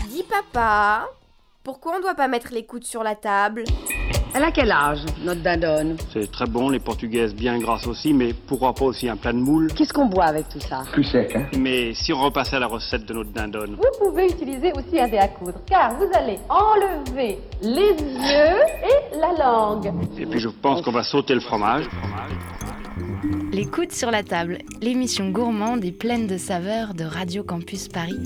Dis papa, pourquoi on doit pas mettre les coudes sur la table? Elle a quel âge, notre dindonne? C'est très bon, les portugaises bien grasses aussi, mais pourquoi pas aussi un plat de moule? Qu'est-ce qu'on boit avec tout ça? Plus sec, hein? Mais si on repassait à la recette de notre dindonne? Vous pouvez utiliser aussi un dé à coudre, car vous allez enlever les yeux et la langue. Et puis je pense qu'on va sauter le fromage. Les coudes sur la table, l'émission gourmande et pleine de saveurs de Radio Campus Paris.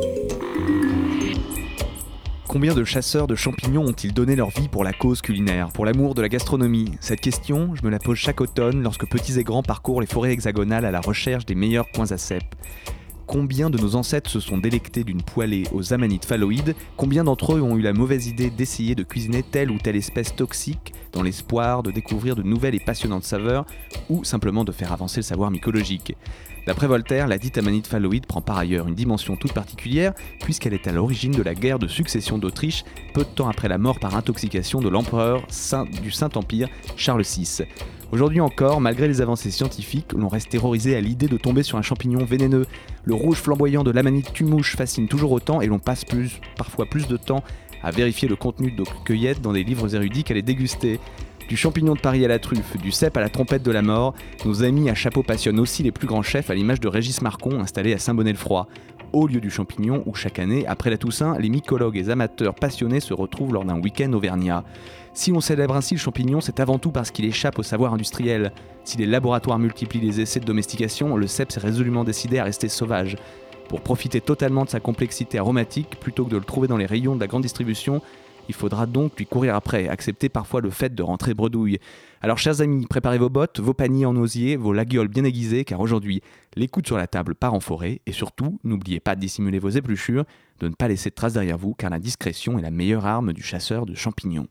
Combien de chasseurs de champignons ont-ils donné leur vie pour la cause culinaire, pour l'amour de la gastronomie? Cette question, je me la pose chaque automne lorsque petits et grands parcourent les forêts hexagonales à la recherche des meilleurs coins à cèpe. Combien de nos ancêtres se sont délectés d'une poêlée aux amanites phalloïdes? Combien d'entre eux ont eu la mauvaise idée d'essayer de cuisiner telle ou telle espèce toxique dans l'espoir de découvrir de nouvelles et passionnantes saveurs ou simplement de faire avancer le savoir mycologique? D'après Voltaire, la dite amanite phalloïde prend par ailleurs une dimension toute particulière puisqu'elle est à l'origine de la guerre de succession d'Autriche, peu de temps après la mort par intoxication de l'empereur du Saint-Empire Charles VI. Aujourd'hui encore, malgré les avancées scientifiques, l'on reste terrorisé à l'idée de tomber sur un champignon vénéneux. Le rouge flamboyant de l'amanite tue-mouche fascine toujours autant et l'on passe parfois plus de temps à vérifier le contenu de nos cueillettes dans des livres érudits qu'à les déguster. Du champignon de Paris à la truffe, du cèpe à la trompette de la mort, nos amis à chapeau passionnent aussi les plus grands chefs à l'image de Régis Marcon installé à Saint-Bonnet-le-Froid. Haut lieu du champignon où chaque année, après la Toussaint, les mycologues et amateurs passionnés se retrouvent lors d'un week-end auvergnat. Si on célèbre ainsi le champignon, c'est avant tout parce qu'il échappe au savoir industriel. Si les laboratoires multiplient les essais de domestication, le cèpe s'est résolument décidé à rester sauvage. Pour profiter totalement de sa complexité aromatique, plutôt que de le trouver dans les rayons de la grande distribution, il faudra donc lui courir après, accepter parfois le fait de rentrer bredouille. Alors chers amis, préparez vos bottes, vos paniers en osier, vos laguioles bien aiguisées, car aujourd'hui, les coudes sur la table part en forêt, et surtout, n'oubliez pas de dissimuler vos épluchures, de ne pas laisser de traces derrière vous, car la discrétion est la meilleure arme du chasseur de champignons.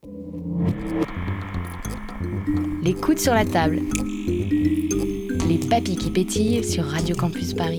Les coudes sur la table. Les papilles qui pétillent sur Radio Campus Paris.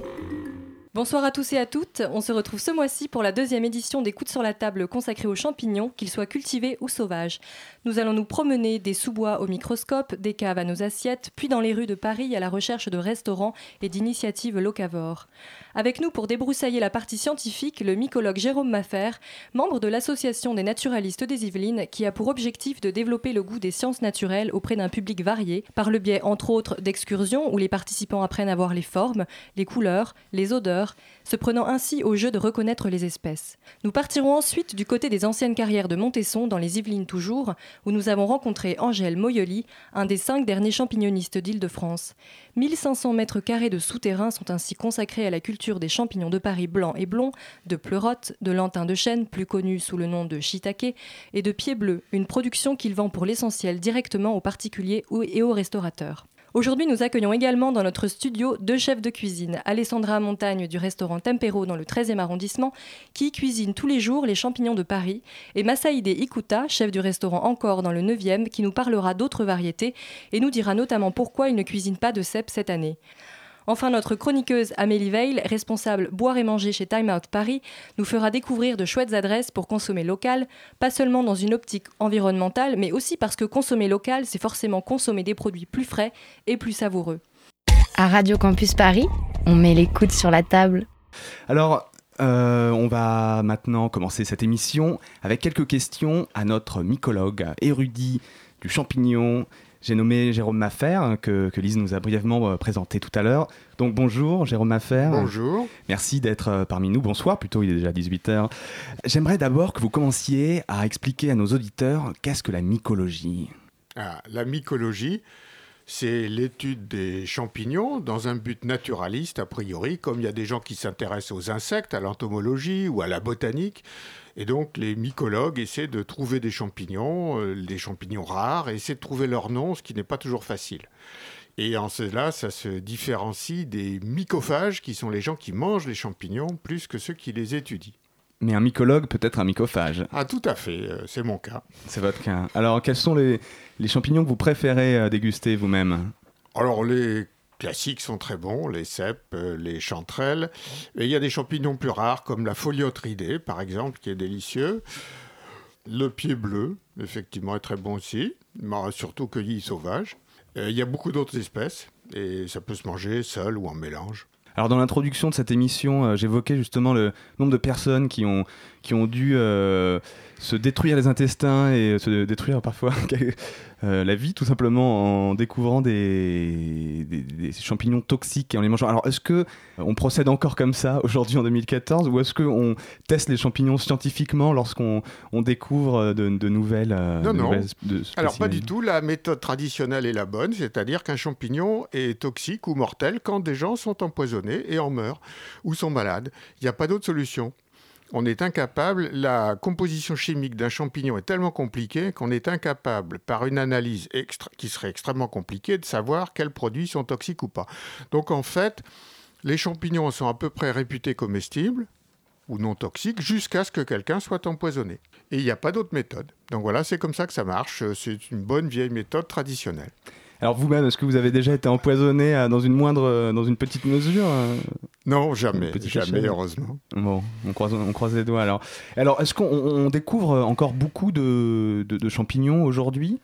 Bonsoir à tous et à toutes, on se retrouve ce mois-ci pour la deuxième édition des Coudes sur la table consacrée aux champignons, qu'ils soient cultivés ou sauvages. Nous allons nous promener des sous-bois au microscope, des caves à nos assiettes, puis dans les rues de Paris à la recherche de restaurants et d'initiatives locavores. Avec nous pour débroussailler la partie scientifique, le mycologue Jérôme Maffer, membre de l'Association des naturalistes des Yvelines, qui a pour objectif de développer le goût des sciences naturelles auprès d'un public varié, par le biais entre autres d'excursions où les participants apprennent à voir les formes, les couleurs, les odeurs, se prenant ainsi au jeu de reconnaître les espèces. Nous partirons ensuite du côté des anciennes carrières de Montesson, dans les Yvelines toujours, où nous avons rencontré Angèle Moyoli, un des 5 derniers champignonistes d'Île-de-France. 1500 mètres carrés de souterrains sont ainsi consacrés à la culture des champignons de Paris blancs et blonds, de pleurotes, de lentins de chêne, plus connus sous le nom de shiitake, et de pieds bleus, une production qu'il vend pour l'essentiel directement aux particuliers et aux restaurateurs. Aujourd'hui, nous accueillons également dans notre studio 2 chefs de cuisine, Alessandra Montagne du restaurant Tempero dans le 13e arrondissement, qui cuisine tous les jours les champignons de Paris, et Massaïde Ikuta, chef du restaurant Encore dans le 9e, qui nous parlera d'autres variétés et nous dira notamment pourquoi il ne cuisine pas de cèpe cette année. Enfin, notre chroniqueuse Amélie Veil, responsable boire et manger chez Time Out Paris, nous fera découvrir de chouettes adresses pour consommer local, pas seulement dans une optique environnementale, mais aussi parce que consommer local, c'est forcément consommer des produits plus frais et plus savoureux. À Radio Campus Paris, on met les coudes sur la table. Alors, on va maintenant commencer cette émission avec quelques questions à notre mycologue érudit du champignon. J'ai nommé Jérôme Maffer, que Lise nous a brièvement présenté tout à l'heure. Donc bonjour Jérôme Maffer. Bonjour. Merci d'être parmi nous. Bonsoir, plutôt, il est déjà 18h. J'aimerais d'abord que vous commenciez à expliquer à nos auditeurs qu'est-ce que la mycologie. La mycologie, c'est l'étude des champignons dans un but naturaliste, a priori, comme il y a des gens qui s'intéressent aux insectes, à l'entomologie ou à la botanique. Et donc, les mycologues essaient de trouver des champignons rares, et essaient de trouver leur nom, ce qui n'est pas toujours facile. Et en cela, ça se différencie des mycophages, qui sont les gens qui mangent les champignons, plus que ceux qui les étudient. Mais un mycologue peut être un mycophage. Ah, tout à fait, c'est mon cas. C'est votre cas. Alors, quels sont les champignons que vous préférez déguster vous-même ? Alors, les classiques sont très bons, les cèpes, les chanterelles. Et il y a des champignons plus rares, comme la Pholiotridée, par exemple, qui est délicieux. Le pied bleu, effectivement, est très bon aussi, surtout cueilli sauvage. Il y a beaucoup d'autres espèces, et ça peut se manger seul ou en mélange. Alors dans l'introduction de cette émission, j'évoquais justement le nombre de personnes qui ont dû se détruire les intestins et se détruire parfois la vie tout simplement en découvrant des champignons toxiques et en les mangeant. Alors est-ce qu'on procède encore comme ça aujourd'hui en 2014 ou est-ce qu'on teste les champignons scientifiquement lorsqu'on découvre de nouvelles Alors pas du tout, la méthode traditionnelle est la bonne, c'est-à-dire qu'un champignon est toxique ou mortel quand des gens sont empoisonnés et en meurent ou sont malades. Il n'y a pas d'autre solution. On est incapable, la composition chimique d'un champignon est tellement compliquée qu'on est incapable, par une analyse qui serait extrêmement compliquée, de savoir quels produits sont toxiques ou pas. Donc en fait, les champignons sont à peu près réputés comestibles ou non toxiques jusqu'à ce que quelqu'un soit empoisonné. Et il n'y a pas d'autre méthode. Donc voilà, c'est comme ça que ça marche. C'est une bonne vieille méthode traditionnelle. Alors vous-même, est-ce que vous avez déjà été empoisonné dans une petite mesure Non, jamais, heureusement. Bon, on croise les doigts alors. Alors, est-ce qu'on découvre encore beaucoup de champignons aujourd'hui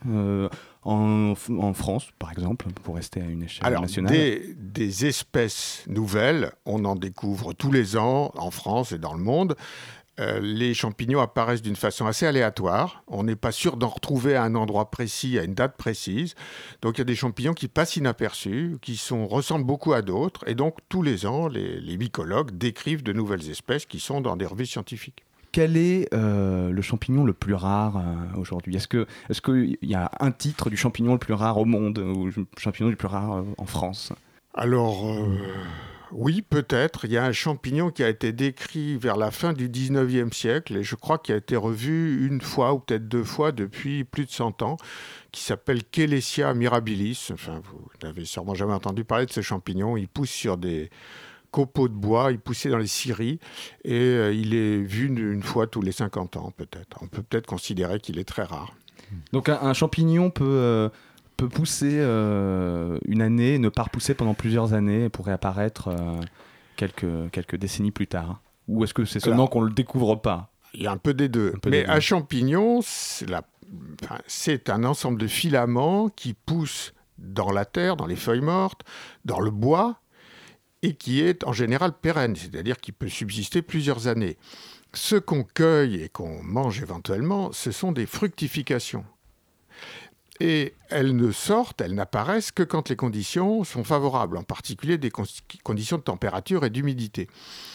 en France, par exemple, pour rester à une échelle nationale? Des espèces nouvelles, on en découvre tous les ans en France et dans le monde. Les champignons apparaissent d'une façon assez aléatoire. On n'est pas sûr d'en retrouver à un endroit précis, à une date précise. Donc il y a des champignons qui passent inaperçus, ressemblent beaucoup à d'autres. Et donc tous les ans, les mycologues décrivent de nouvelles espèces qui sont dans des revues scientifiques. Quel est le champignon le plus rare aujourd'hui ? Est-ce qu'il y a un titre du champignon le plus rare au monde ou le champignon le plus rare en France ? Alors... Oui, peut-être. Il y a un champignon qui a été décrit vers la fin du 19e siècle et je crois qu'il a été revu une fois ou peut-être deux fois depuis plus de 100 ans, qui s'appelle Quelessia mirabilis. Enfin, vous n'avez sûrement jamais entendu parler de ce champignon. Il pousse sur des copeaux de bois, il poussait dans les scieries et il est vu une fois tous les 50 ans peut-être. On peut peut-être considérer qu'il est très rare. Donc un champignon peut pousser une année, ne pas repousser pendant plusieurs années et pourrait apparaître quelques décennies plus tard. Ou est-ce que c'est seulement qu'on ne le découvre pas ? Il y a un peu des deux. Mais un champignon, c'est un ensemble de filaments qui poussent dans la terre, dans les feuilles mortes, dans le bois, et qui est en général pérenne, c'est-à-dire qu'il peut subsister plusieurs années. Ce qu'on cueille et qu'on mange éventuellement, ce sont des fructifications. Et elles n'apparaissent que quand les conditions sont favorables, en particulier des conditions de température et d'humidité.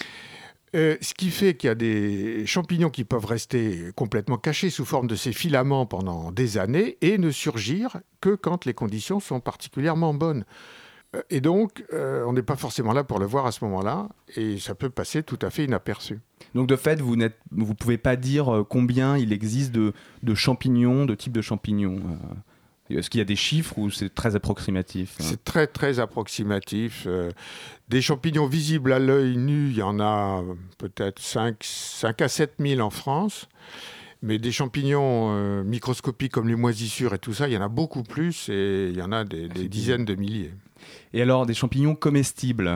Ce qui fait qu'il y a des champignons qui peuvent rester complètement cachés sous forme de ces filaments pendant des années et ne surgir que quand les conditions sont particulièrement bonnes. Et donc, on n'est pas forcément là pour le voir à ce moment-là, et ça peut passer tout à fait inaperçu. Donc de fait, vous ne pouvez pas dire combien il existe de champignons, de types de champignons. Est-ce qu'il y a des chiffres ou c'est très approximatif ? C'est très, très approximatif. Des champignons visibles à l'œil nu, il y en a peut-être 5 à 7 000 en France. Mais des champignons microscopiques comme les moisissures et tout ça, il y en a beaucoup plus et il y en a des dizaines de milliers. Et alors, des champignons comestibles,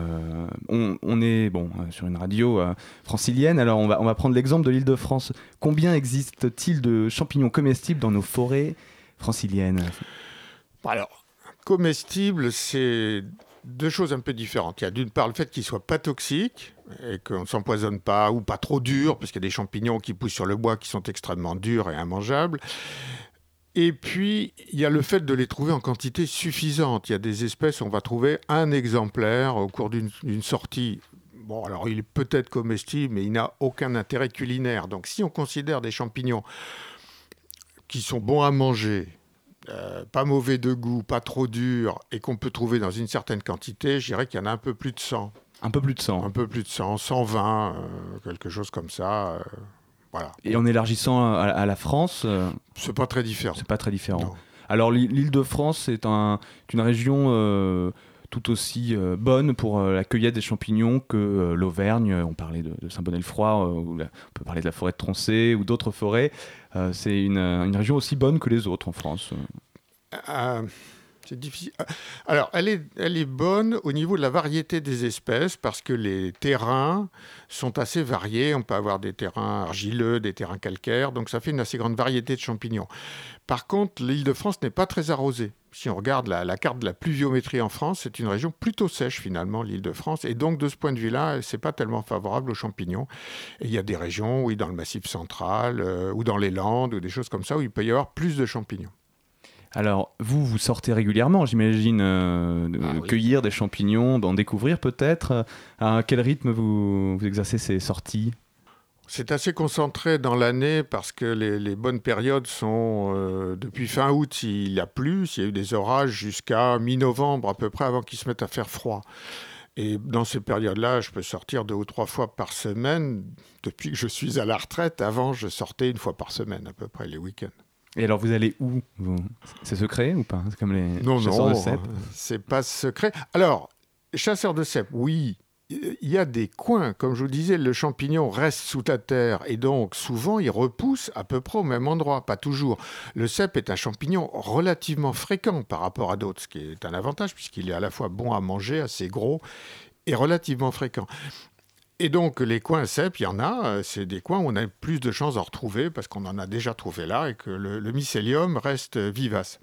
on est sur une radio francilienne, alors on va prendre l'exemple de l'Île-de-France. Combien existe-t-il de champignons comestibles dans nos forêts franciliennes ? Alors, comestibles, c'est deux choses un peu différentes. Il y a d'une part le fait qu'ils ne soient pas toxiques et qu'on ne s'empoisonne pas ou pas trop durs, parce qu'il y a des champignons qui poussent sur le bois qui sont extrêmement durs et immangeables. Et puis, il y a le fait de les trouver en quantité suffisante. Il y a des espèces, on va trouver un exemplaire au cours d'une sortie. Bon, alors il est peut-être comestible, mais il n'a aucun intérêt culinaire. Donc si on considère des champignons qui sont bons à manger, pas mauvais de goût, pas trop durs, et qu'on peut trouver dans une certaine quantité, je dirais qu'il y en a un peu plus de 100. Un peu plus de 100. Un peu plus de 100, 120, quelque chose comme ça. Voilà. Et en élargissant à la France, c'est pas très différent. C'est pas très différent. Non. Alors l'Île-de-France c'est une région tout aussi bonne pour la cueillette des champignons que l'Auvergne. On parlait de Saint-Bonnet-le-Froid, on peut parler de la forêt de Troncé ou d'autres forêts. C'est une région aussi bonne que les autres en France. C'est difficile. Alors, elle est bonne au niveau de la variété des espèces parce que les terrains sont assez variés. On peut avoir des terrains argileux, des terrains calcaires, donc ça fait une assez grande variété de champignons. Par contre, l'Île-de-France n'est pas très arrosée. Si on regarde la carte de la pluviométrie en France, c'est une région plutôt sèche finalement, l'Île-de-France. Et donc, de ce point de vue-là, c'est pas tellement favorable aux champignons. Et il y a des régions, oui, dans le Massif central, ou dans les Landes, ou des choses comme ça, où il peut y avoir plus de champignons. Alors, vous sortez régulièrement, j'imagine, cueillir des champignons, en découvrir peut-être. À quel rythme vous exercez ces sorties ? C'est assez concentré dans l'année parce que les bonnes périodes sont depuis fin août s'il y a plu, s'il y a eu des orages, jusqu'à mi-novembre à peu près avant qu'il se mette à faire froid. Et dans ces périodes-là, je peux sortir 2 ou 3 fois par semaine. Depuis que je suis à la retraite, avant, je sortais 1 fois par semaine à peu près les week-ends. Et alors, vous allez où ? C'est secret ou pas ? C'est comme les chasseurs de cèpes ? C'est pas secret. Alors, chasseurs de cèpes, oui. Il y a des coins, comme je vous disais, le champignon reste sous la terre et donc souvent il repousse à peu près au même endroit, pas toujours. Le cèpe est un champignon relativement fréquent par rapport à d'autres, ce qui est un avantage puisqu'il est à la fois bon à manger, assez gros et relativement fréquent. Et donc les coins cèpes, il y en a, c'est des coins où on a plus de chances d'en retrouver parce qu'on en a déjà trouvé là et que le mycélium reste vivace.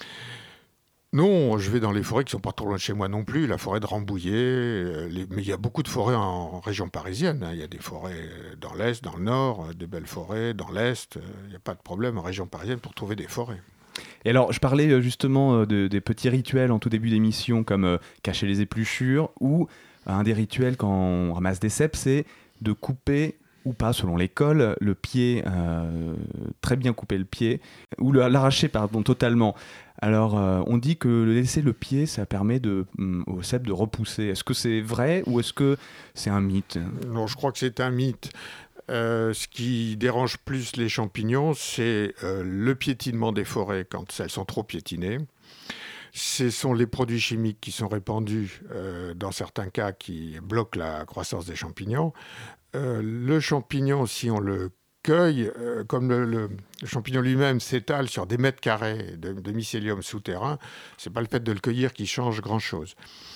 Non, je vais dans les forêts qui ne sont pas trop loin de chez moi non plus, la forêt de Rambouillet, mais il y a beaucoup de forêts en région parisienne. Il y a des forêts dans l'Est, dans le Nord, des belles forêts dans l'Est. Il n'y a pas de problème en région parisienne pour trouver des forêts. Et alors, je parlais justement des petits rituels en tout début d'émission, comme cacher les épluchures, ou un des rituels quand on ramasse des cèpes, c'est de couper ou pas, selon l'école, le pied, très bien couper le pied, ou l'arracher, totalement. Alors, on dit que laisser le pied, ça permet au cèpe de repousser. Est-ce que c'est vrai ou est-ce que c'est un mythe ? Non, je crois que c'est un mythe. Ce qui dérange plus les champignons, c'est le piétinement des forêts quand elles sont trop piétinées. Ce sont les produits chimiques qui sont répandus dans certains cas qui bloquent la croissance des champignons. Le champignon, si on le cueille, comme le champignon lui-même s'étale sur des mètres carrés de mycélium souterrain, ce n'est pas le fait de le cueillir qui change grand-chose.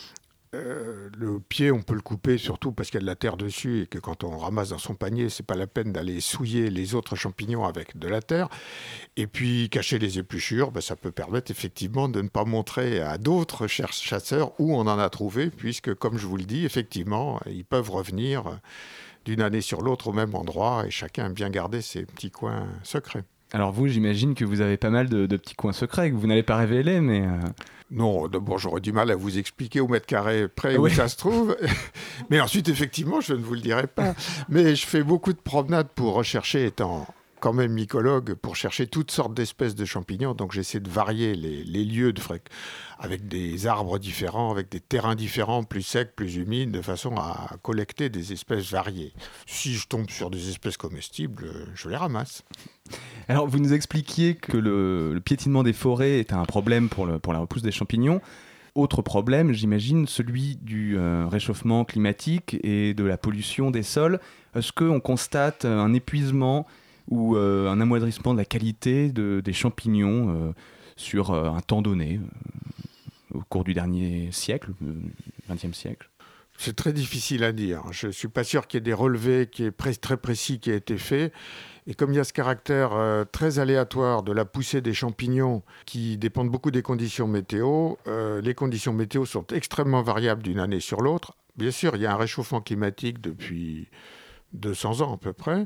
Le pied, on peut le couper surtout parce qu'il y a de la terre dessus et que quand on ramasse dans son panier, c'est pas la peine d'aller souiller les autres champignons avec de la terre. Et puis, cacher les épluchures, ça peut permettre effectivement de ne pas montrer à d'autres chasseurs où on en a trouvé, puisque, comme je vous le dis, effectivement, ils peuvent revenir d'une année sur l'autre au même endroit et chacun aime bien garder ses petits coins secrets. Alors vous, j'imagine que vous avez pas mal de petits coins secrets que vous n'allez pas révéler, mais... Non, d'abord j'aurais du mal à vous expliquer au mètre carré près où ça se trouve. Mais ensuite, effectivement, je ne vous le dirai pas. Mais je fais beaucoup de promenades pour rechercher, étant quand même mycologue, pour chercher toutes sortes d'espèces de champignons. Donc j'essaie de varier les lieux avec des arbres différents, avec des terrains différents, plus secs, plus humides, de façon à collecter des espèces variées. Si je tombe sur des espèces comestibles, je les ramasse. Alors, vous nous expliquiez que le piétinement des forêts est un problème pour la repousse des champignons. Autre problème, j'imagine, celui du réchauffement climatique et de la pollution des sols. Est-ce qu'on constate un épuisement ou un amoindrissement de la qualité des champignons sur un temps donné, au cours du dernier siècle, XXe siècle ? C'est très difficile à dire. Je ne suis pas sûr qu'il y ait des relevés très précis qui aient été faits. Et comme il y a ce caractère très aléatoire de la poussée des champignons qui dépendent beaucoup des conditions météo, les conditions météo sont extrêmement variables d'une année sur l'autre. Bien sûr, il y a un réchauffement climatique depuis 200 ans à peu près.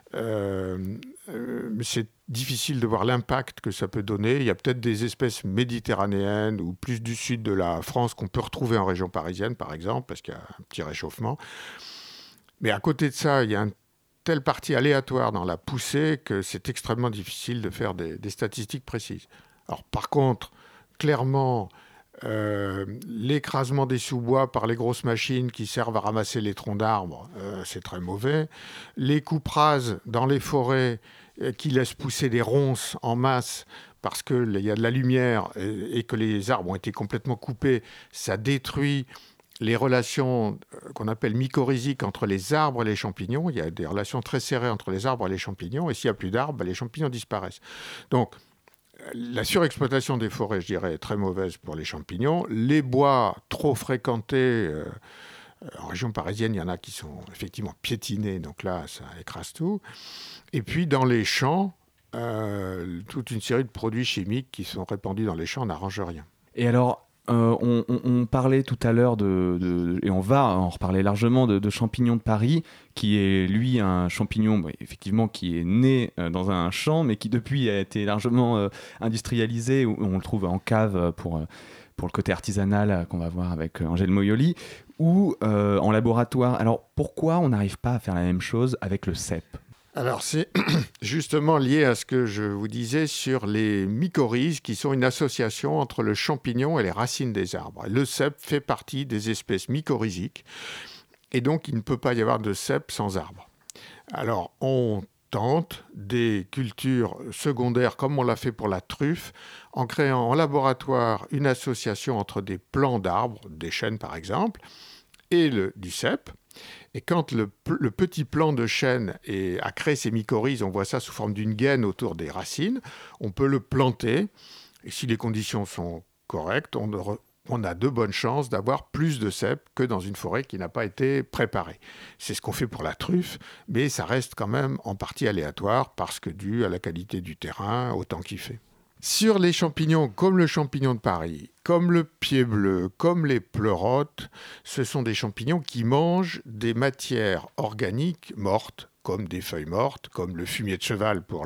Mais c'est difficile de voir l'impact que ça peut donner. Il y a peut-être des espèces méditerranéennes ou plus du sud de la France qu'on peut retrouver en région parisienne, par exemple, parce qu'il y a un petit réchauffement. Mais à côté de ça, il y a une telle partie aléatoire dans la poussée que c'est extrêmement difficile de faire des statistiques précises. Alors, par contre, clairement, l'écrasement des sous-bois par les grosses machines qui servent à ramasser les troncs d'arbres, c'est très mauvais. Les coupes rases dans les forêts qui laissent pousser des ronces en masse parce qu'il y a de la lumière et que les arbres ont été complètement coupés, ça détruit les relations qu'on appelle mycorhiziques entre les arbres et les champignons. Il y a des relations très serrées entre les arbres et les champignons, et s'il n'y a plus d'arbres, les champignons disparaissent. Donc, La surexploitation des forêts, je dirais, est très mauvaise pour les champignons. Les bois trop fréquentés, en région parisienne, il y en a qui sont effectivement piétinés, donc là, ça écrase tout. Et puis, dans les champs, toute une série de produits chimiques qui sont répandus dans les champs n'arrangent rien. Et alors, on parlait tout à l'heure et on va en reparler largement de champignon de Paris, qui est lui un champignon effectivement qui est né dans un champ, mais qui depuis a été largement industrialisé. On le trouve en cave pour le côté artisanal qu'on va voir avec Angèle Moyoli, ou en laboratoire. Alors pourquoi on n'arrive pas à faire la même chose avec le cèpe ? Alors, c'est justement lié à ce que je vous disais sur les mycorhizes, qui sont une association entre le champignon et les racines des arbres. Le cèpe fait partie des espèces mycorhiziques, et donc il ne peut pas y avoir de cèpe sans arbre. Alors, on tente des cultures secondaires, comme on l'a fait pour la truffe, en créant en laboratoire une association entre des plants d'arbres, des chênes par exemple, et du cèpe. Et quand le petit plant de chêne a créé ses mycorhizes, on voit ça sous forme d'une gaine autour des racines, on peut le planter, et si les conditions sont correctes, on a de bonnes chances d'avoir plus de cèpe que dans une forêt qui n'a pas été préparée. C'est ce qu'on fait pour la truffe, mais ça reste quand même en partie aléatoire, parce que dû à la qualité du terrain, au temps qu'il fait. Sur les champignons, comme le champignon de Paris, comme le pied bleu, comme les pleurotes, ce sont des champignons qui mangent des matières organiques mortes, comme des feuilles mortes, comme le fumier de cheval pour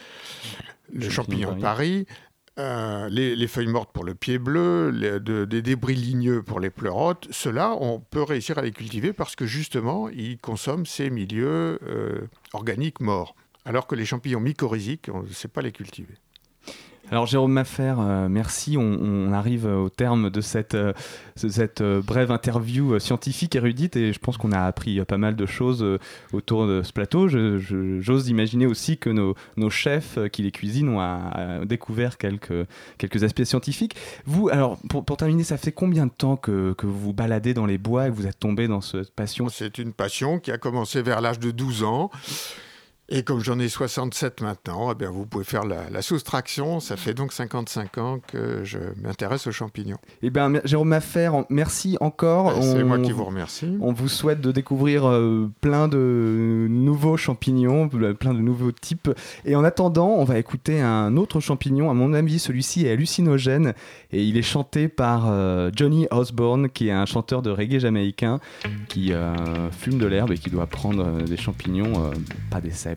le champignon de Paris, les feuilles mortes pour le pied bleu, des débris ligneux pour les pleurotes. Ceux-là, on peut réussir à les cultiver parce que justement, ils consomment ces milieux organiques morts. Alors que les champignons mycorhiziques, on ne sait pas les cultiver. Alors Jérôme Maffert, merci. On arrive au terme de cette brève interview scientifique érudite, et je pense qu'on a appris pas mal de choses autour de ce plateau. J'ose imaginer aussi que nos chefs qui les cuisinent ont découvert quelques aspects scientifiques. Vous, alors pour terminer, ça fait combien de temps que vous vous baladez dans les bois et que vous êtes tombé dans cette passion ? C'est une passion qui a commencé vers l'âge de 12 ans. Et comme j'en ai 67 maintenant, eh bien vous pouvez faire la soustraction. Ça fait donc 55 ans que je m'intéresse aux champignons. Eh bien, Jérôme Maffert, merci encore. C'est moi qui vous remercie. On vous souhaite de découvrir plein de nouveaux champignons, plein de nouveaux types. Et en attendant, on va écouter un autre champignon. À mon avis, celui-ci est hallucinogène. Et il est chanté par Johnny Osborne, qui est un chanteur de reggae jamaïcain qui fume de l'herbe et qui doit prendre des champignons, pas des cèpes.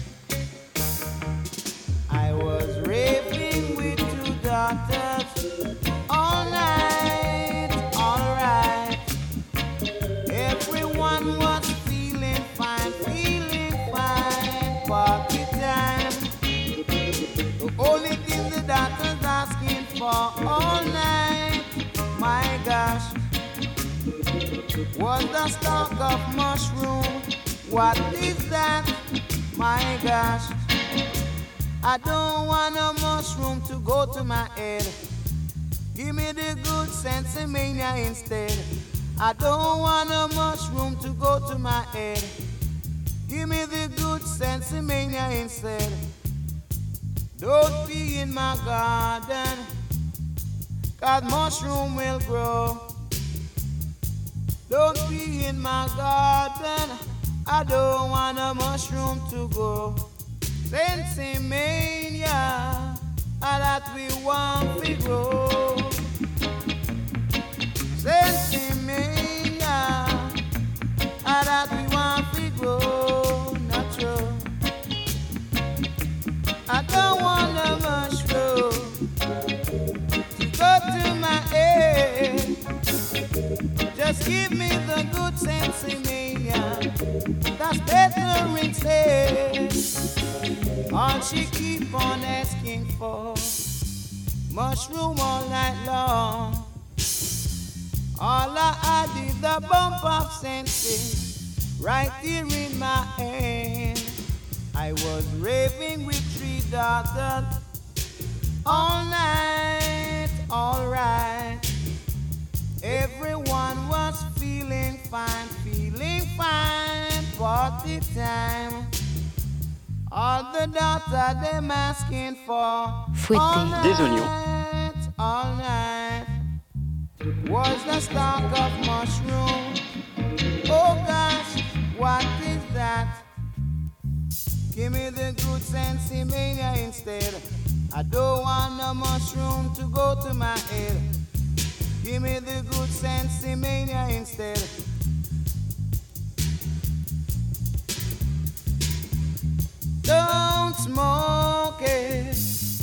I was raving with two daughters all night, alright. Everyone was feeling fine, party time. The only thing the doctor's asking for all night, my gosh, was the stalk of mushroom. What is that? My gosh, I don't want a mushroom to go to my head. Give me the good sensimania instead. I don't want a mushroom to go to my head. Give me the good sensimania instead. Don't be in my garden, 'cause mushroom will grow. Don't be in my garden, I don't want a mushroom to go. Sensimania, that we want to grow. Sensimania, that we want to grow. Natural. I don't want a mushroom to go to my head. Just give me the good sensimania. That's better instead. All she keep on asking for, mushroom all night long. All I did the bump of senses right here in my hand. I was raving with three daughters all night, alright. Everyone was feeling fine, party time. All the data them asking for. Fouetter. Des oignons. All night was the stock of mushroom. Oh gosh, what is that? Give me the good sensimania instead. I don't want no mushroom to go to my head. Give me the good sensimania instead. Don't smoke it.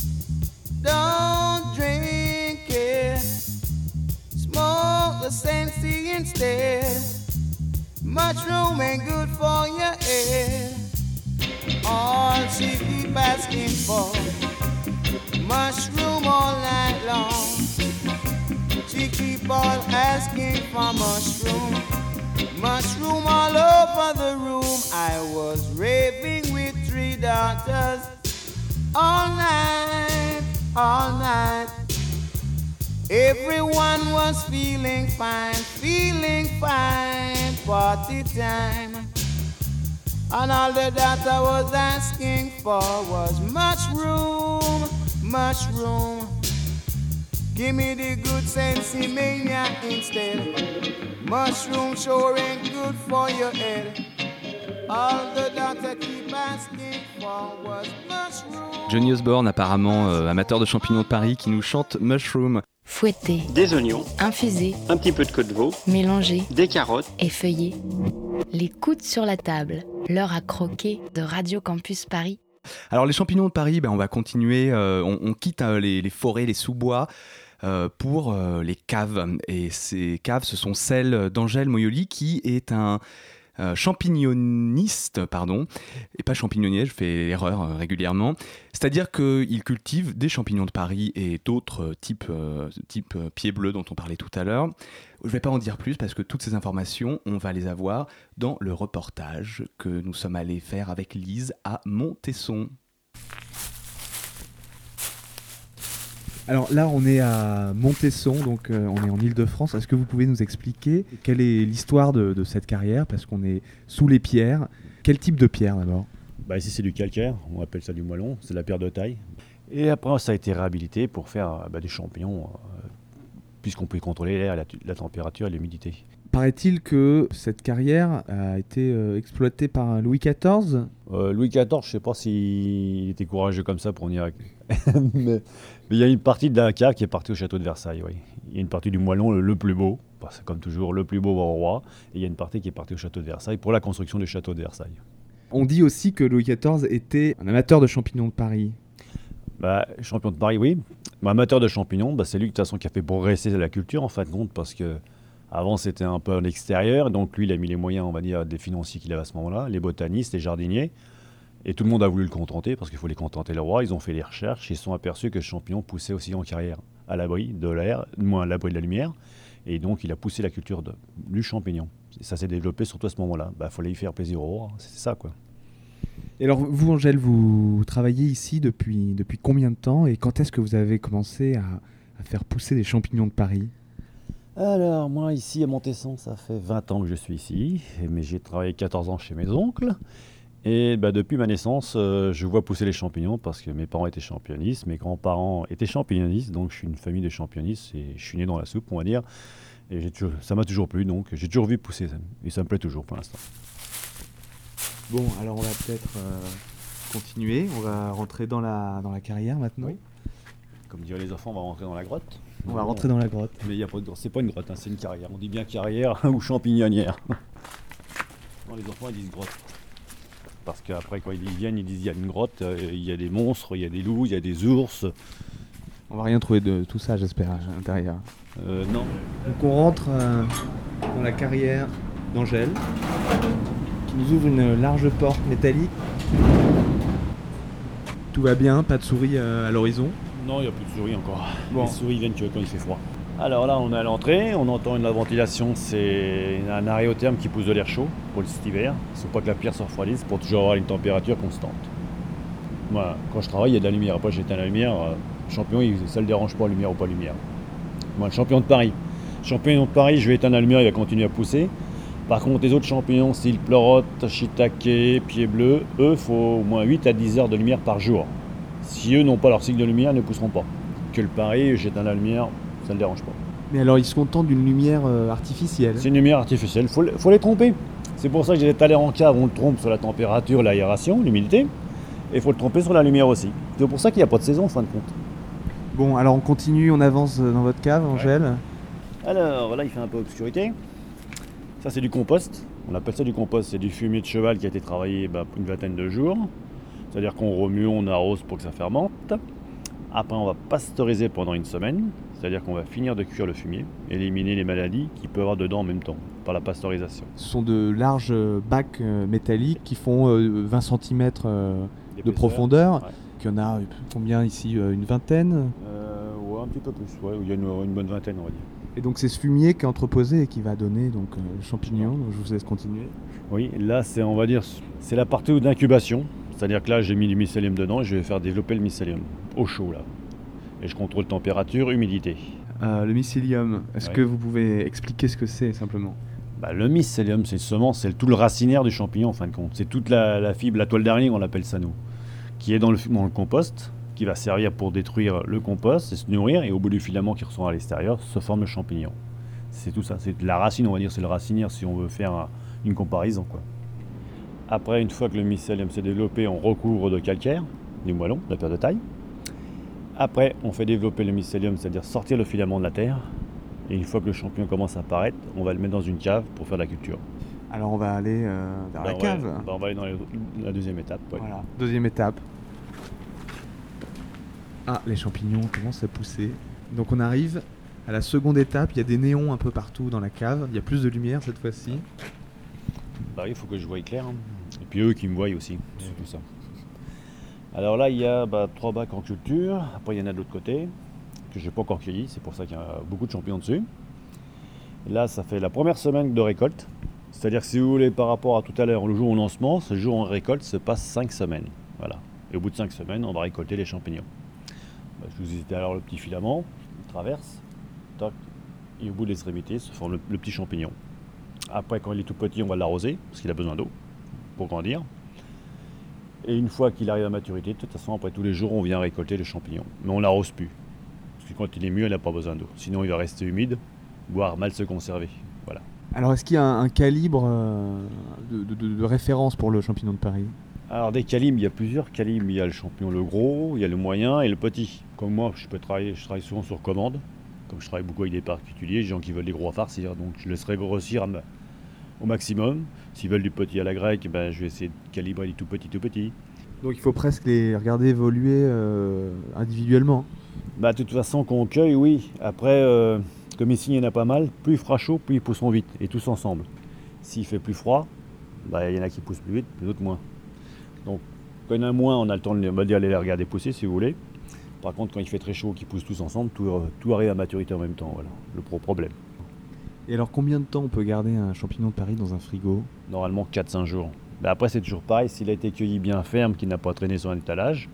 Don't drink it. Smoke the sensi instead. Mushroom ain't good for your head. All she keep asking for, mushroom all night long. She keep on asking for mushroom, mushroom all over the room. I was raving with 3 daughters all night, all night. Everyone was feeling fine, party time. And all the daughter was asking for was mushroom, mushroom. Give me the good sensimania instead. Mushroom sure ain't good for your head. All the daughter keep asking for was mushroom. Johnny Osborne, apparemment amateur de champignons de Paris, qui nous chante Mushroom. Fouetter. Des oignons. Infuser. Un petit peu de côte de veau. Mélanger. Des carottes. Effeuiller. Les coudes sur la table. L'heure à croquer de Radio Campus Paris. Alors les champignons de Paris, on va continuer, on quitte les forêts, les sous-bois pour les caves. Et ces caves, ce sont celles d'Angèle Moyoli qui est un champignoniste, et pas champignonnier, je fais l'erreur régulièrement. C'est-à-dire qu'il cultive des champignons de Paris et d'autres types pieds bleus dont on parlait tout à l'heure. Je ne vais pas en dire plus parce que toutes ces informations, on va les avoir dans le reportage que nous sommes allés faire avec Lise à Montesson. Alors là, on est à Montesson, donc on est en Île-de-France. Est-ce que vous pouvez nous expliquer quelle est l'histoire de cette carrière? Parce qu'on est sous les pierres. Quel type de pierre d'abord? Ici, c'est du calcaire, on appelle ça du moellon, c'est de la pierre de taille. Et après, ça a été réhabilité pour faire des champignons, puisqu'on peut contrôler l'air, la température et l'humidité. Paraît-il que cette carrière a été exploitée par Louis XIV? Louis XIV, je ne sais pas s'il était courageux comme ça pour venir. mais il y a une partie de la cave qui est partie au château de Versailles. Oui. Il y a une partie du moellon le plus beau, c'est comme toujours le plus beau au roi. Et il y a une partie qui est partie au château de Versailles pour la construction du château de Versailles. On dit aussi que Louis XIV était un amateur de champignons de Paris. Champion de Paris, oui. Amateur de champignons, c'est lui de toute façon qui a fait progresser la culture en fin de compte, parce que avant c'était un peu à l'extérieur, donc lui il a mis les moyens, on va dire, des financiers qu'il avait à ce moment-là, les botanistes, les jardiniers, et tout le monde a voulu le contenter, parce qu'il faut les contenter le roi. Ils ont fait les recherches, ils se sont aperçus que le champignon poussait aussi en carrière, à l'abri de l'air, moins à l'abri de la lumière, et donc il a poussé la culture du champignon. Et ça s'est développé surtout à ce moment-là. Il fallait y faire plaisir au roi, c'est ça quoi. Et alors vous, Angèle, vous travaillez ici depuis combien de temps, et quand est-ce que vous avez commencé à faire pousser des champignons de Paris? Alors moi ici à Montesson, ça fait 20 ans que je suis ici, mais j'ai travaillé 14 ans chez mes oncles. Et depuis ma naissance, je vois pousser les champignons parce que mes parents étaient champignonistes, mes grands-parents étaient champignonistes, donc je suis une famille de champignonistes et je suis né dans la soupe, on va dire. Et ça m'a toujours plu, donc j'ai toujours vu pousser ça, et ça me plaît toujours pour l'instant. Bon, alors on va peut-être continuer, on va rentrer dans la carrière maintenant. Oui. Comme diraient les enfants, on va rentrer dans la grotte. On va rentrer dans la grotte. Mais c'est pas une grotte, c'est une carrière. On dit bien carrière ou champignonnière. Non, les enfants ils disent grotte. Parce qu'après quand ils viennent, ils disent il y a une grotte, il y a des monstres, il y a des loups, il y a des ours. On va rien trouver de tout ça, j'espère, à l'intérieur. Non. Donc on rentre dans la carrière d'Angèle, qui nous ouvre une large porte métallique. Tout va bien, pas de souris à l'horizon? Non, il n'y a plus de souris encore. Bon. Les souris viennent quand il fait froid. Alors là, on est à l'entrée, on entend la ventilation, c'est un aréotherme qui pousse de l'air chaud pour cet hiver. Il ne faut pas que la pierre se refroidisse pour toujours avoir une température constante. Moi, quand je travaille, il y a de la lumière. Après, j'éteins la lumière. Le champignon, ça ne le dérange pas, lumière ou pas lumière. Moi, le champion de Paris. Champion de Paris, je vais éteindre la lumière, il va continuer à pousser. Par contre, les autres champignons, style pleurote, shiitake, pied bleu, eux, il faut au moins 8 à 10 heures de lumière par jour. Si eux n'ont pas leur cycle de lumière, ils ne pousseront pas. Que le pareil, j'éteins la lumière, ça ne le dérange pas. Mais alors, ils se contentent d'une lumière artificielle. C'est une lumière artificielle, faut les tromper. C'est pour ça que j'ai tout à l'heure en cave, on le trompe sur la température, l'aération, l'humidité. Et il faut le tromper sur la lumière aussi. C'est pour ça qu'il n'y a pas de saison en fin de compte. Bon, alors on continue, on avance dans votre cave, Angèle. Ouais. Alors là, il fait un peu obscurité. Ça, c'est du compost. On appelle ça du compost. C'est du fumier de cheval qui a été travaillé une vingtaine de jours. C'est-à-dire qu'on remue, on arrose pour que ça fermente. Après, on va pasteuriser pendant une semaine. C'est-à-dire qu'on va finir de cuire le fumier, éliminer les maladies qu'il peut y avoir dedans en même temps, par la pasteurisation. Ce sont de larges bacs métalliques qui font 20 cm de profondeur. Ouais. Il y en a combien ici, une vingtaine? Ouais, un petit peu plus. Ouais, il y a une bonne vingtaine, on va dire. Et donc c'est ce fumier qui est entreposé et qui va donner donc le champignon. Donc je vous laisse continuer. Oui, là c'est, on va dire, c'est la partie d'incubation. C'est-à-dire que là j'ai mis du mycélium dedans et je vais faire développer le mycélium au chaud là. Et je contrôle température, humidité. Le mycélium, est-ce que vous pouvez expliquer ce que c'est simplement? Le mycélium, c'est une semence, c'est tout le racinaire du champignon en fin de compte. C'est toute la fibre, la toile d'araignée, on l'appelle ça nous, qui est dans le compost, qui va servir pour détruire le compost et se nourrir. Et au bout du filament qui ressort à l'extérieur, se forme le champignon. C'est tout ça, c'est la racine, on va dire, c'est le racinaire si on veut faire une comparaison, quoi. Après, une fois que le mycélium s'est développé, on recouvre de calcaire, du moellon, de la pierre de taille. Après, on fait développer le mycélium, c'est-à-dire sortir le filament de la terre. Et une fois que le champignon commence à apparaître, on va le mettre dans une cave pour faire de la culture. Alors on va aller vers la cave. On va aller dans la deuxième étape. Ouais. Voilà, deuxième étape. Ah, les champignons commencent à pousser. Donc on arrive à la seconde étape. Il y a des néons un peu partout dans la cave. Il y a plus de lumière cette fois-ci. Il faut que je voie clair. Hein. Et puis eux qui me voient aussi, c'est tout ça. Alors là, il y a 3 bacs en culture. Après, il y en a de l'autre côté que je n'ai pas encore cueilli. C'est pour ça qu'il y a beaucoup de champignons dessus. Et là, ça fait la première semaine de récolte. C'est-à-dire que si vous voulez, par rapport à tout à l'heure, le jour où on ensemence, ce jour où on récolte se passe 5 semaines. Voilà. Et au bout de 5 semaines, on va récolter les champignons. Je vous disais alors le petit filament, il traverse, toc, et au bout de l'extrémité se forme le petit champignon. Après, quand il est tout petit, on va l'arroser, parce qu'il a besoin d'eau pour grandir. Et une fois qu'il arrive à maturité, de toute façon, après tous les jours, on vient récolter le champignon. Mais on ne l'arrose plus, parce que quand il est mûr, il n'a pas besoin d'eau. Sinon, il va rester humide, voire mal se conserver. Voilà. Alors, est-ce qu'il y a un calibre de référence pour le champignon de Paris? Alors des calibres, il y a plusieurs calibres. Il y a le champignon le gros, il y a le moyen et le petit. Comme moi, je travaille souvent sur commande. Comme je travaille beaucoup avec des particuliers, des gens qui veulent des gros à farcir. Donc je laisserai grossir au maximum. S'ils veulent du petit à la grecque, je vais essayer de calibrer du tout petit. Donc il faut presque les regarder évoluer individuellement. De toute façon, qu'on cueille, oui. Après, comme ici, il y en a pas mal. Plus il fera chaud, plus ils pousseront vite. Et tous ensemble. S'il fait plus froid, il y en a qui poussent plus vite, d'autres moins. Donc, quand il y en a moins, on a le temps de les regarder pousser si vous voulez. Par contre, quand il fait très chaud, qu'ils poussent tous ensemble, tout arrive à maturité en même temps. Voilà, le problème. Et alors, combien de temps on peut garder un champignon de Paris dans un frigo? Normalement, 4-5 jours. Après, c'est toujours pareil. S'il a été cueilli bien ferme, qu'il n'a pas traîné sur un étalage,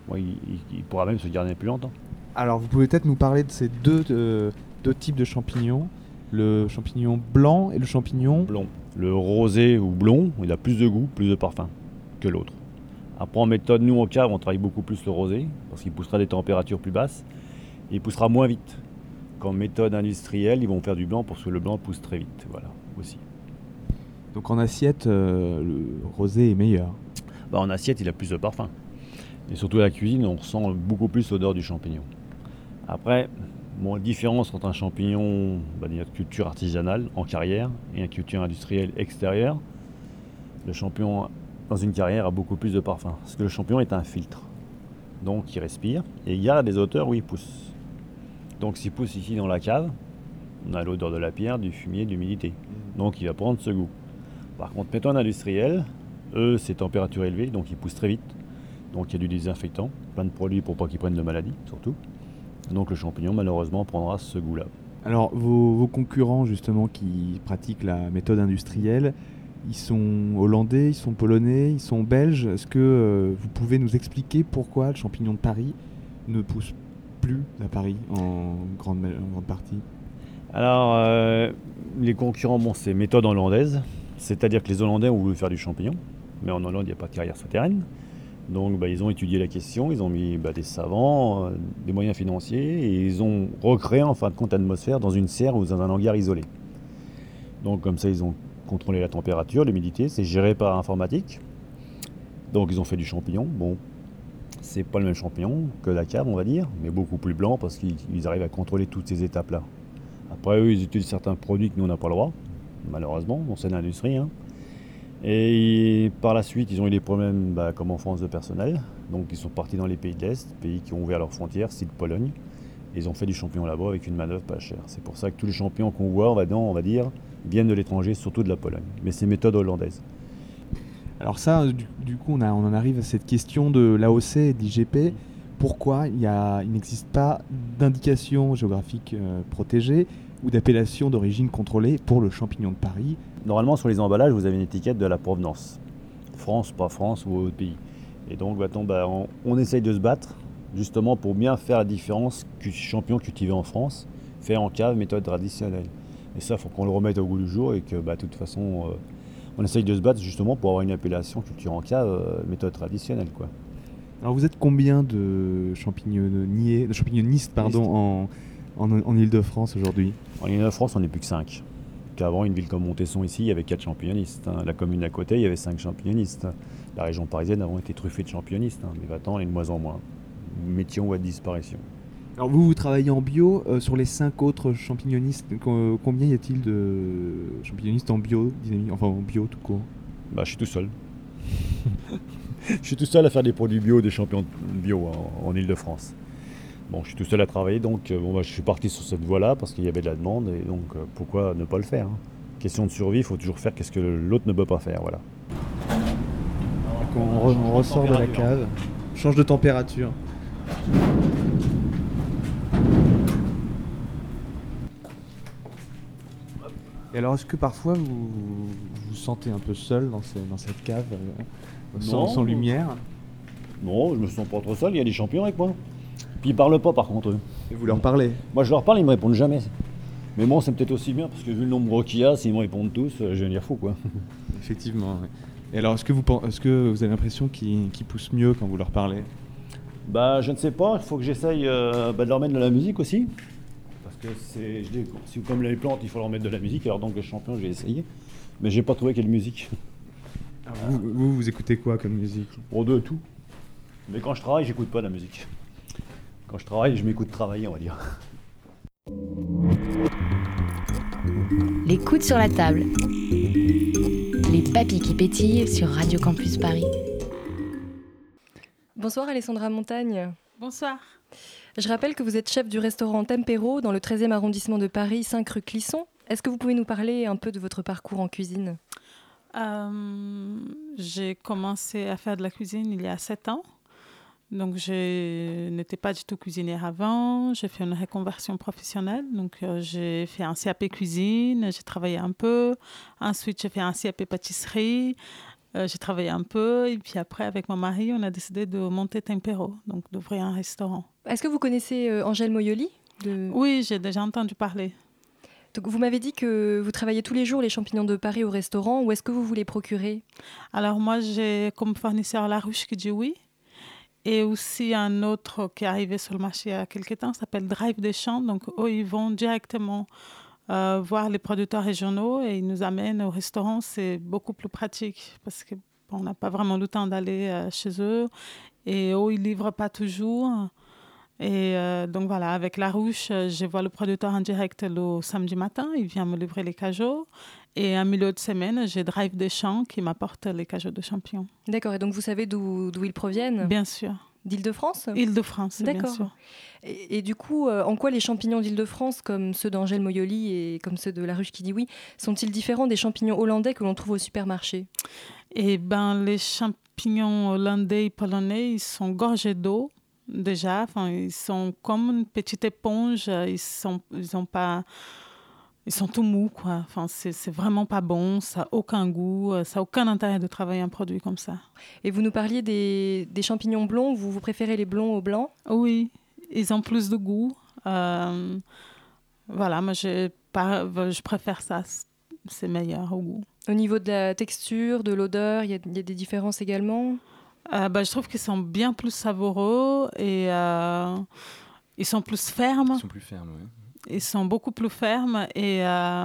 il pourra même se garder plus longtemps. Alors, vous pouvez peut-être nous parler de ces deux types de champignons, le champignon blanc et le champignon blond. Le rosé ou blond, il a plus de goût, plus de parfum que l'autre. Après, en méthode, nous en cave, on travaille beaucoup plus le rosé, parce qu'il poussera à des températures plus basses, et il poussera moins vite. Qu'en méthode industrielle, ils vont faire du blanc, parce que le blanc pousse très vite, voilà, aussi. Donc en assiette, le rosé est meilleur. En assiette, il a plus de parfum. Et surtout à la cuisine, on ressent beaucoup plus l'odeur du champignon. Après, la différence entre un champignon de culture artisanale en carrière et une culture industrielle extérieure, le champignon dans une carrière a beaucoup plus de parfum. Parce que le champignon est un filtre. Donc il respire. Et il y a des hauteurs où il pousse. Donc s'il pousse ici dans la cave, on a l'odeur de la pierre, du fumier, de l'humidité. Donc il va prendre ce goût. Par contre, mettons un industriel, eux c'est température élevée, donc ils poussent très vite. Donc il y a du désinfectant, plein de produits pour pas qu'ils prennent de maladies, surtout. Donc le champignon malheureusement prendra ce goût-là. Alors vos concurrents justement qui pratiquent la méthode industrielle, ils sont hollandais, ils sont polonais, ils sont belges. Est-ce que vous pouvez nous expliquer pourquoi le champignon de Paris ne pousse plus à Paris en grande partie? Alors, les concurrents, bon, c'est méthode hollandaise. C'est-à-dire que les Hollandais ont voulu faire du champignon. Mais en Hollande, il n'y a pas de carrière souterraine. Donc, ils ont étudié la question, ils ont mis des savants, des moyens financiers, et ils ont recréé en fin de compte l'atmosphère dans une serre ou dans un hangar isolé. Donc, comme ça, ils ont contrôlé la température, l'humidité, c'est géré par informatique. Donc, ils ont fait du champignon. Bon, c'est pas le même champignon que la cave, on va dire, mais beaucoup plus blanc parce qu'ils arrivent à contrôler toutes ces étapes-là. Après, eux, ils utilisent certains produits que nous, on n'a pas le droit, malheureusement, dans cette industrie. Et par la suite, ils ont eu des problèmes, comme en France, de personnel. Donc, ils sont partis dans les pays de l'Est, pays qui ont ouvert leurs frontières, style Pologne. Et ils ont fait du champignon là-bas avec une main-d'œuvre pas chère. C'est pour ça que tous les champignons qu'on voit, on va dire, viennent de l'étranger, surtout de la Pologne. Mais c'est méthode hollandaise. Alors ça, du coup, on en arrive à cette question de l'AOC et de l'IGP. Pourquoi il n'existe pas d'indication géographique protégée ou d'appellation d'origine contrôlée pour le champignon de Paris? Normalement, sur les emballages, vous avez une étiquette de la provenance. France, pas France ou autre pays. Et donc, maintenant, on essaye de se battre, justement, pour bien faire la différence que champignon cultivé en France, fait en cave, méthode traditionnelle. Et ça, il faut qu'on le remette au goût du jour et que, de toute façon, on essaye de se battre, justement, pour avoir une appellation culture en cave, méthode traditionnelle, quoi. Alors, vous êtes combien de champignonistes en Ile-de-France aujourd'hui? En Ile-de-France, on n'est plus que 5. Qu'avant, une ville comme Montesson, ici, il y avait 4 champignonistes. La commune à côté, il y avait 5 champignonistes. La région parisienne avant était truffée de champignonistes. Mais maintenant, on est de moins en moins. Métier en voie de disparition. Alors vous travaillez en bio. Sur les 5 autres champignonistes, combien y a-t-il de champignonistes en bio, enfin en bio tout court? Je suis tout seul. Je suis tout seul à faire des produits bio, des champignons bio en Ile-de-France. Bon, je suis tout seul à travailler, donc je suis parti sur cette voie-là parce qu'il y avait de la demande, et donc pourquoi ne pas le faire, Question de survie, il faut toujours faire ce que l'autre ne peut pas faire, voilà. On ressort de la cave, change de température. Et alors, est-ce que parfois vous vous sentez un peu seul dans cette cave, sans lumière? Non, je me sens pas trop seul, il y a des champignons avec moi. Puis ils parlent pas par contre eux. Et vous leur parlez? Moi je leur parle, ils me répondent jamais. Mais bon, c'est peut-être aussi bien parce que vu le nombre qu'il y a, s'ils me répondent tous, je vais devenir fou quoi. Effectivement. Ouais. Et alors, est-ce que vous avez l'impression qu'ils poussent mieux quand vous leur parlez? Je ne sais pas, il faut que j'essaye de leur mettre de la musique aussi. Parce que si comme les plantes, il faut leur mettre de la musique, alors donc les champignons, j'ai essayé. Mais j'ai pas trouvé quelle musique. Vous écoutez quoi comme musique? De tout. Mais quand je travaille, j'écoute pas de la musique. Quand je travaille, je m'écoute travailler, on va dire. Les coudes sur la table. Les papilles qui pétillent sur Radio Campus Paris. Bonsoir Alessandra Montagne. Bonsoir. Je rappelle que vous êtes chef du restaurant Tempero dans le 13e arrondissement de Paris, 5 rue Clisson. Est-ce que vous pouvez nous parler un peu de votre parcours en cuisine? J'ai commencé à faire de la cuisine il y a 7 ans. Donc, je n'étais pas du tout cuisinière avant. J'ai fait une reconversion professionnelle. Donc, j'ai fait un CAP cuisine. J'ai travaillé un peu. Ensuite, j'ai fait un CAP pâtisserie. J'ai travaillé un peu. Et puis après, avec mon mari, on a décidé de monter Tempero, donc d'ouvrir un restaurant. Est-ce que vous connaissez Angèle Moioli? Oui, j'ai déjà entendu parler. Donc, vous m'avez dit que vous travaillez tous les jours les champignons de Paris au restaurant. Où est-ce que vous les procurez? Alors, moi, j'ai comme fournisseur La Ruche qui dit oui. Et aussi un autre qui est arrivé sur le marché il y a quelques temps, s'appelle Drive des Champs. Donc, eux, ils vont directement voir les producteurs régionaux et ils nous amènent au restaurant. C'est beaucoup plus pratique parce qu'on n'a pas vraiment le temps d'aller chez eux. Et eux, ils ne livrent pas toujours. Et donc, voilà, avec La Ruche, je vois le producteur en direct le samedi matin. Il vient me livrer les cajots. Et en milieu de semaine, j'ai Drive des Champs qui m'apporte les cajots de champignons. D'accord, et donc vous savez d'où ils proviennent? Bien sûr. D'Île-de-France? Île-de-France, bien sûr. Et du coup, en quoi les champignons d'Île-de-France, comme ceux d'Angèle Moioli et comme ceux de La Ruche qui dit oui, sont-ils différents des champignons hollandais que l'on trouve au supermarché? Eh bien, les champignons hollandais et polonais, ils sont gorgés d'eau, déjà. Enfin, ils sont comme une petite éponge. Ils sont tout mous, quoi. Enfin, c'est vraiment pas bon, ça n'a aucun goût, ça n'a aucun intérêt de travailler un produit comme ça. Et vous nous parliez des champignons blonds, vous préférez les blonds aux blancs? Oui, ils ont plus de goût. Voilà, moi j'ai je préfère ça. C'est meilleur au goût. Au niveau de la texture, de l'odeur, il y a des différences également? Je trouve qu'ils sont bien plus savoureux et ils sont plus fermes. Ils sont plus fermes, oui. Ils sont beaucoup plus fermes et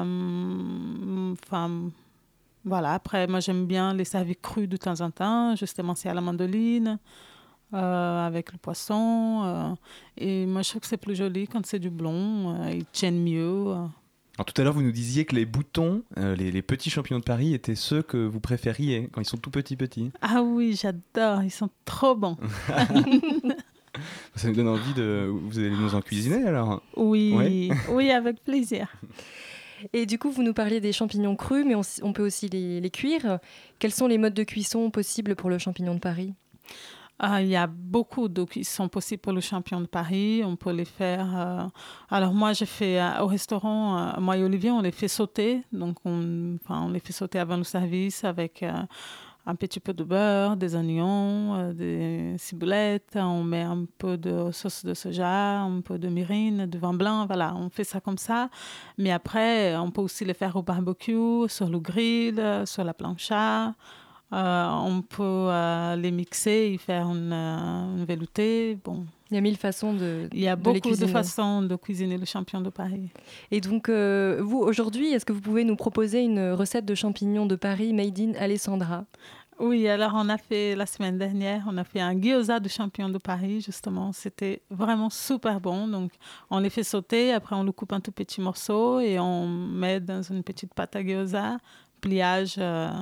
voilà. Après, moi, j'aime bien les servir crus de temps en temps. Justement, c'est à la mandoline avec le poisson. Et moi, je trouve que c'est plus joli quand c'est du blond. Ils tiennent mieux. Alors, tout à l'heure, vous nous disiez que les boutons, les petits champignons de Paris, étaient ceux que vous préfériez quand ils sont tout petits. Ah oui, j'adore. Ils sont trop bons. Ça nous donne envie vous allez nous en cuisiner alors? Oui, ouais. Oui, avec plaisir. Et du coup, vous nous parliez des champignons crus, mais on peut aussi les cuire. Quels sont les modes de cuisson possibles pour le champignon de Paris? Il y a beaucoup de cuissons possibles pour le champignon de Paris. On peut les faire... Alors moi, j'ai fait au restaurant, moi et Olivier, on les fait sauter. Donc on les fait sauter avant le service avec... un petit peu de beurre, des oignons, des ciboulettes, on met un peu de sauce de soja, un peu de mirin, de vin blanc, voilà, on fait ça comme ça. Mais après, on peut aussi les faire au barbecue, sur le grill, sur la plancha. On peut les mixer et faire une velouté. Bon. Il y a 1000 façons de Il y a beaucoup de façons de cuisiner le champignon de Paris. Et donc, vous, aujourd'hui, est-ce que vous pouvez nous proposer une recette de champignons de Paris made in Alessandra? Oui, alors on a fait, la semaine dernière, on a fait un gyoza de champignons de Paris, justement. C'était vraiment super bon. Donc, on les fait sauter, après on le coupe en tout petits morceaux et on met dans une petite pâte à gyoza, pliage...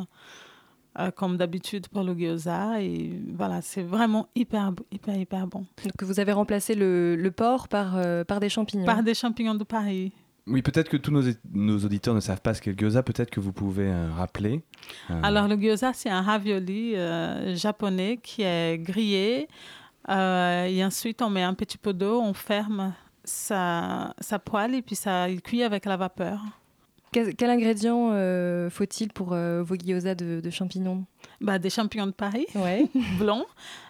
comme d'habitude pour le gyoza. Et voilà, c'est vraiment hyper bon. Donc vous avez remplacé le porc par des champignons. Par des champignons de Paris. Oui, peut-être que tous nos auditeurs ne savent pas ce qu'est le gyoza. Peut-être que vous pouvez rappeler. Alors le gyoza, c'est un ravioli japonais qui est grillé. Et ensuite, on met un petit peu d'eau, on ferme sa poêle et puis ça cuit avec la vapeur. Quel ingrédient faut-il pour vos gyozas de champignons? Des champignons de Paris, ouais. Blonds,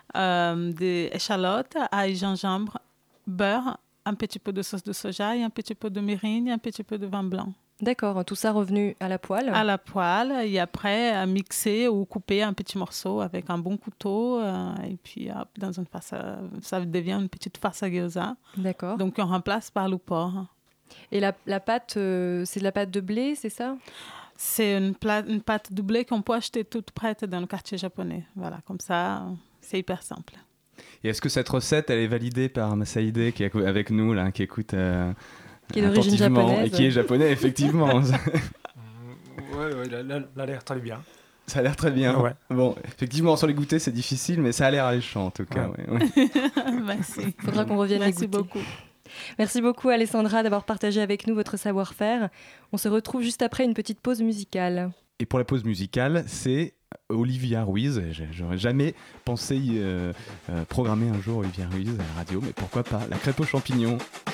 des échalotes, ail, gingembre, beurre, un petit peu de sauce de soja et un petit peu de mirin et un petit peu de vin blanc. D'accord, tout ça revenu à la poêle? À la poêle, et après mixer ou couper un petit morceau avec un bon couteau. Et puis dans une farce, ça devient une petite farce à gyoza. D'accord. Donc on remplace par le porc. Et la pâte, c'est de la pâte de blé, c'est ça? C'est une pâte de blé qu'on peut acheter toute prête dans le quartier japonais. Voilà, comme ça, c'est hyper simple. Et est-ce que cette recette, elle est validée par Masaide qui est avec nous, là, qui écoute qui est d'origine japonaise. Et qui est japonais, effectivement. Ouais, il a l'air très bien. Ça a l'air très bien. Ouais. Bon, effectivement, sur les goûters, c'est difficile, mais ça a l'air alléchant, en tout cas. Ouais. Merci. Il faudra qu'on revienne les goûter. Merci beaucoup. Merci beaucoup Alessandra d'avoir partagé avec nous votre savoir-faire. On se retrouve juste après une petite pause musicale. Et pour la pause musicale, c'est Olivia Ruiz. J'aurais jamais pensé programmer un jour Olivia Ruiz à la radio, mais pourquoi pas, la crêpe aux champignons.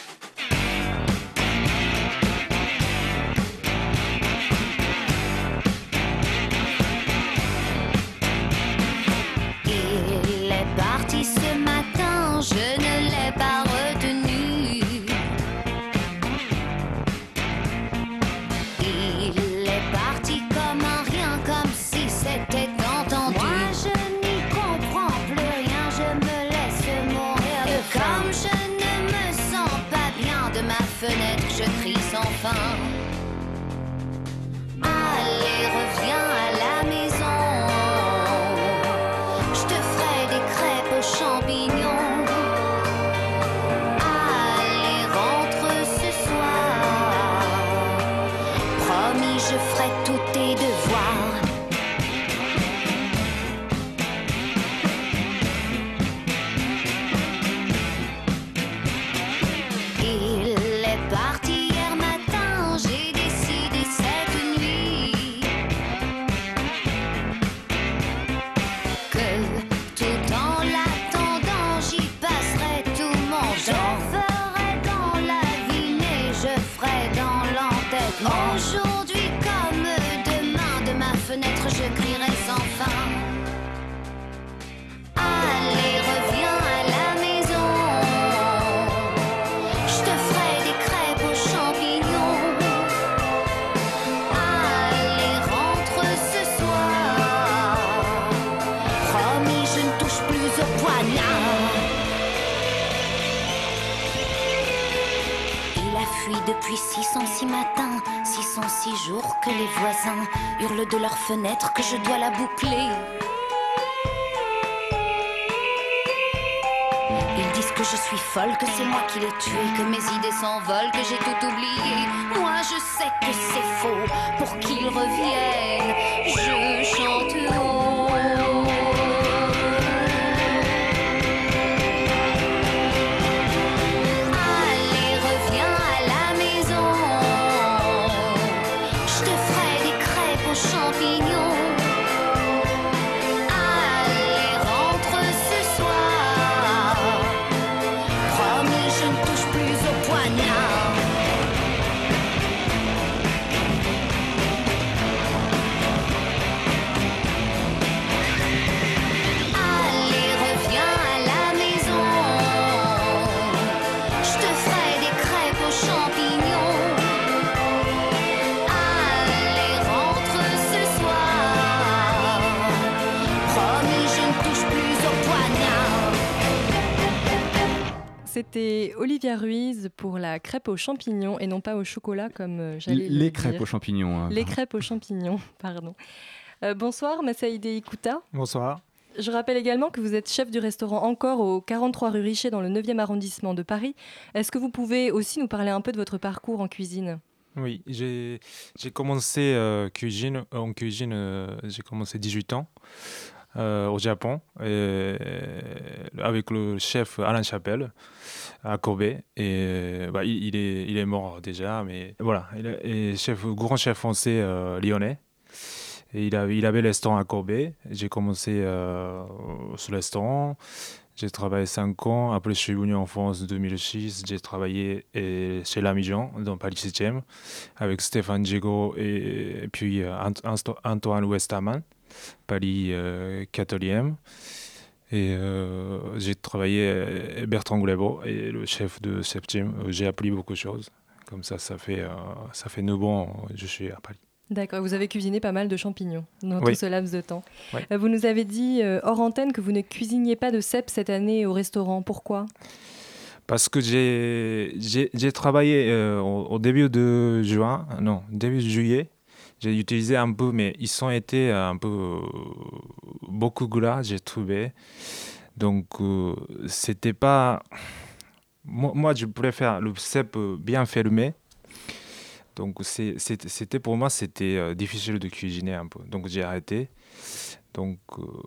Il est parti ce matin, je ne l'ai pas retenu. Il est parti comme un rien, comme si c'était entendu. Moi je n'y comprends plus rien, je me laisse mourir de faim. Comme je ne me sens pas bien de ma fenêtre, je crie sans fin. Allez, reviens à la maison, je te ferai des crêpes aux champignons. Allez, rentre ce soir, promis, je ferai tous tes devoirs. Il est parti hier matin, j'ai décidé cette nuit que tout en l'attendant, j'y ne touche plus au poignard. Il a fui depuis 606 matins, 606 jours que les voisins hurlent de leurs fenêtres que je dois la boucler. Ils disent que je suis folle, que c'est moi qui l'ai tué, que mes idées s'envolent, que j'ai tout oublié. Moi je sais que c'est faux, pour qu'ils reviennent, je chante haut. Allez, reviens à la maison, je te ferai des crêpes aux champignons. C'était Olivia Ruiz pour la crêpe aux champignons et non pas au chocolat comme j'allais Les le crêpes dire. aux champignons. Hein. Les crêpes aux champignons, pardon. Bonsoir Massaïde Ikuta. Bonsoir. Je rappelle également que vous êtes chef du restaurant Encore au 43 rue Richer dans le 9e arrondissement de Paris. Est-ce que vous pouvez aussi nous parler un peu de votre parcours en cuisine ? Oui, j'ai commencé en cuisine, j'ai commencé 18 ans au Japon avec le chef Alain Chapelle à Kobe. Et il est mort déjà, mais voilà, il est grand chef français lyonnais. Et il avait le restaurant à Kobe. J'ai commencé ce restaurant. J'ai travaillé 5 ans. Après, je suis venu en France en 2006. J'ai travaillé chez L'Amijan, dans Paris 7e, avec Stéphane Diego et puis Antoine Westermann, Paris 4e. Et j'ai travaillé avec Bertrand Goulebeau, et le chef de 7e. J'ai appris beaucoup de choses. Comme ça fait 9 ans que je suis à Paris. D'accord, vous avez cuisiné pas mal de champignons dans Oui. tout ce laps de temps. Oui. Vous nous avez dit hors antenne que vous ne cuisiniez pas de cèpes cette année au restaurant. Pourquoi ? Parce que j'ai travaillé au début de juillet. J'ai utilisé un peu, mais ils ont été un peu beaucoup gras, j'ai trouvé. Donc, c'était pas... Moi, je préfère le cèpe bien fermé. Donc, c'était pour moi, c'était difficile de cuisiner un peu. Donc, j'ai arrêté. Donc,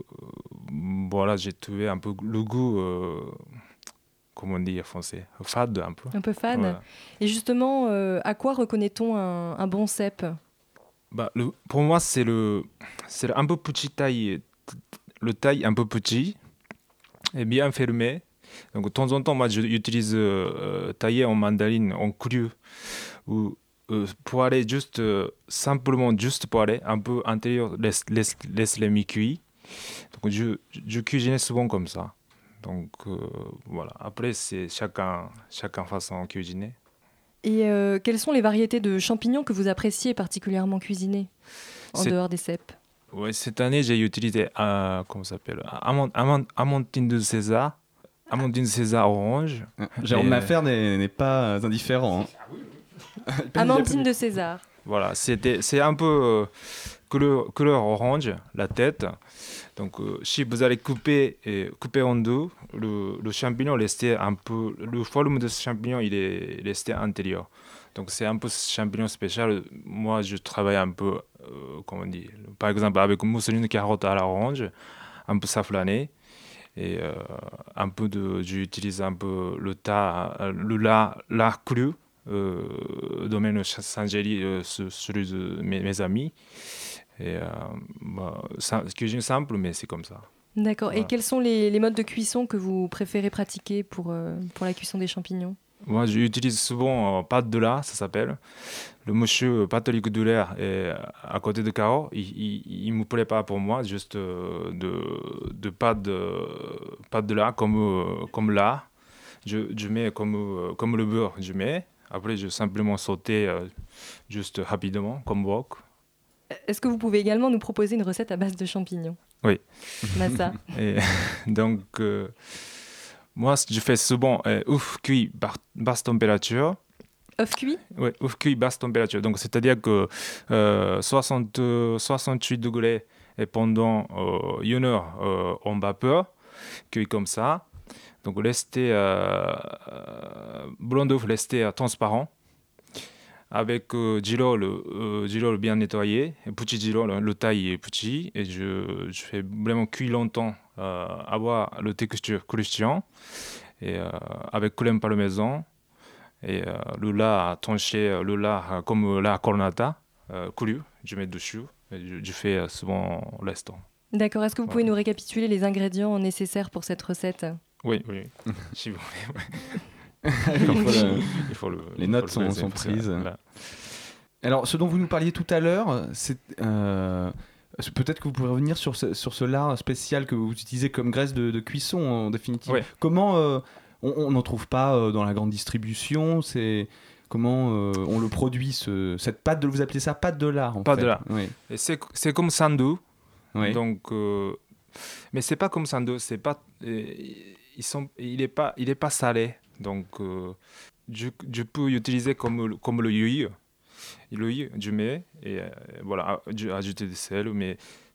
voilà, j'ai trouvé un peu le goût, comment on dit en français, fade un peu. Un peu fade. Voilà. Et justement, à quoi reconnaît-on un bon cèpe ? Pour moi, c'est un peu petit taille, le taille un peu petit et bien fermé. Donc, de temps en temps, moi, j'utilise taillé en mandarine, en cru, ou pour aller juste, simplement juste pour aller un peu intérieur, laisse les mi-cuits. Donc, je cuisine souvent comme ça. Donc, voilà. Après, c'est chacun façon de cuisiner. Et quelles sont les variétés de champignons que vous appréciez particulièrement cuisiner en dehors des cèpes ? Oui, cette année, j'ai utilisé, comment ça s'appelle, Amandine de César. Amandine César orange. Jérôme Laffaire n'est pas indifférent. Hein. Amandine de César. Voilà, c'est un peu couleur orange, la tête. Donc, si vous allez couper en deux, le champignon restait un peu... Le volume de ce champignon, il est resté intérieur. Donc, c'est un peu ce champignon spécial. Moi, je travaille un peu, comment on dit, par exemple, avec mousseline carotte à l'orange, un peu safrané. Et j'utilise un peu le lard cru, domaine Saint-Gély, celui de mes amis. Et cuisine simple, mais c'est comme ça. D'accord. Voilà. Et quels sont les modes de cuisson que vous préférez pratiquer pour la cuisson des champignons ? Moi, j'utilise souvent pâte de lard, ça s'appelle. Le monsieur Patrick Duller est à côté de Cahors. Il me prépare pour moi juste de pâte de lard comme lard. Je mets comme le beurre, je mets. Après, je simplement sauter juste rapidement, comme wok. Est-ce que vous pouvez également nous proposer une recette à base de champignons ? Oui. Massa. Et donc, moi, je fais souvent œuf cuit basse température. Œuf cuit? Oui, œuf cuit basse température. Donc, c'est-à-dire que 68 degrés et pendant 1 heure en vapeur, cuit comme ça. Donc, rester blanc d'œuf, rester transparent. Avec girole bien nettoyé, petit girole, le taille est petit, et je fais vraiment cuire longtemps, avoir la texture croustillant, et avec crème parmesan, et le lard tranché, le lard comme la cornata, cru, je mets dessus, et je fais souvent au restaurant. D'accord, est-ce que vous pouvez nous récapituler les ingrédients nécessaires pour cette recette? Oui, si vous voulez. Les notes sont prises. Voilà. Alors, ce dont vous nous parliez tout à l'heure, c'est peut-être que vous pourrez revenir sur ce lard spécial que vous utilisez comme graisse de cuisson en définitive. Oui. Comment on n'en trouve pas dans la grande distribution? Comment on le produit cette pâte vous appelez ça pâte de lard Pâte fait. de lard. Oui. Et c'est comme sandu. Oui. Donc, mais c'est pas comme sandu. C'est pas. Il est pas salé. Donc, je peux utiliser comme le yuyi. L'huile, je mets, et voilà, ajouter du sel, mais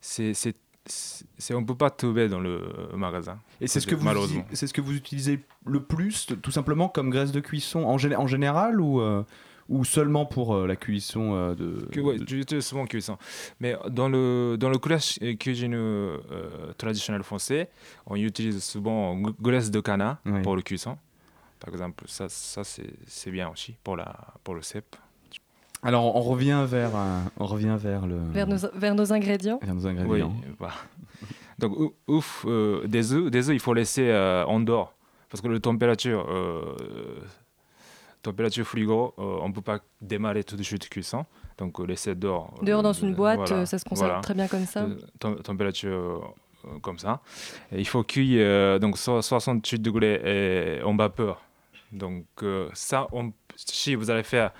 on ne peut pas trouver dans le magasin. Et c'est ce que vous utilisez le plus, tout simplement, comme graisse de cuisson en général, ou seulement pour la cuisson Oui, j'utilise souvent cuisson. Mais dans le cuisine traditionnelle française, on utilise souvent graisse de canard pour le cuisson. Par exemple, ça c'est bien aussi pour le cèpe. Alors on revient vers nos ingrédients. Vers nos ingrédients. Oui, voilà. Donc des œufs, il faut laisser en dehors parce que la température frigo, on ne peut pas démarrer tout de suite cuisson. Donc laisser dehors. Dehors dans une boîte, voilà, ça se conserve très bien comme ça. Température comme ça. Et il faut cuire donc 68 degrés en vapeur. Donc ça, si vous allez faire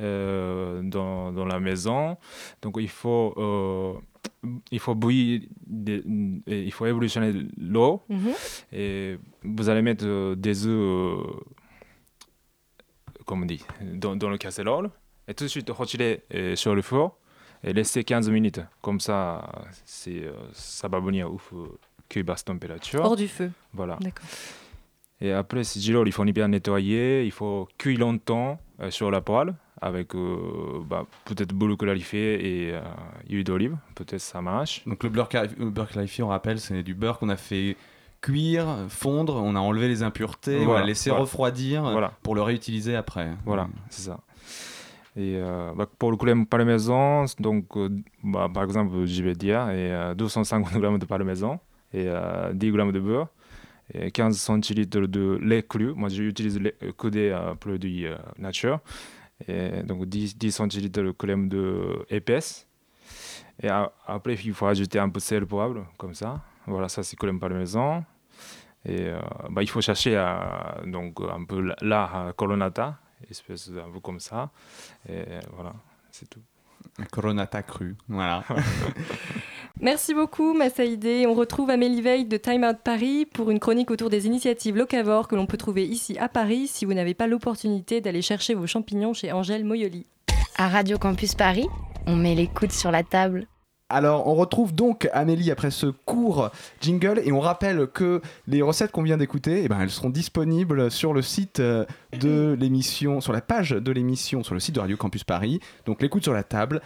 dans la maison, donc il faut bouillir, il faut ébullitionner l'eau, et vous allez mettre des œufs, comme on dit, dans le casserole, et tout de suite retirer sur le four et laisser 15 minutes. Comme ça, ça va venir au feu cuit basse température. Hors du feu. Voilà. D'accord. Et après, ces girolles, il faut bien nettoyer, il faut cuire longtemps sur la poêle avec peut-être beurre clarifié et huile d'olive, peut-être ça marche. Donc le beurre clarifié, on rappelle, c'est du beurre qu'on a fait cuire, fondre, on a enlevé les impuretés, on l'a laissé refroidir pour le réutiliser après. Voilà, c'est ça. Et pour le crème parmesan, donc par exemple, je vais dire 250 g de parmesan et 10 g de beurre. Et 15 centilitres de lait cru. Moi, j'utilise que des produits nature. Et donc, 10 centilitres de crème épaisse. Et après, il faut ajouter un peu de sel poivre, comme ça. Voilà, ça, c'est crème parmesan. Et il faut chercher donc, un peu la coronata, espèce un peu comme ça. Et voilà, c'est tout. Coronata crue, voilà. Merci beaucoup Massaïdé. On retrouve Amélie Veil de Time Out Paris pour une chronique autour des initiatives locavores que l'on peut trouver ici à Paris si vous n'avez pas l'opportunité d'aller chercher vos champignons chez Angèle Moyoli. À Radio Campus Paris, on met les coudes sur la table. Alors, on retrouve donc Amélie après ce court jingle et on rappelle que les recettes qu'on vient d'écouter, elles seront disponibles sur le site de l'émission, sur la page de l'émission, sur le site de Radio Campus Paris. Donc, les coudes sur la table,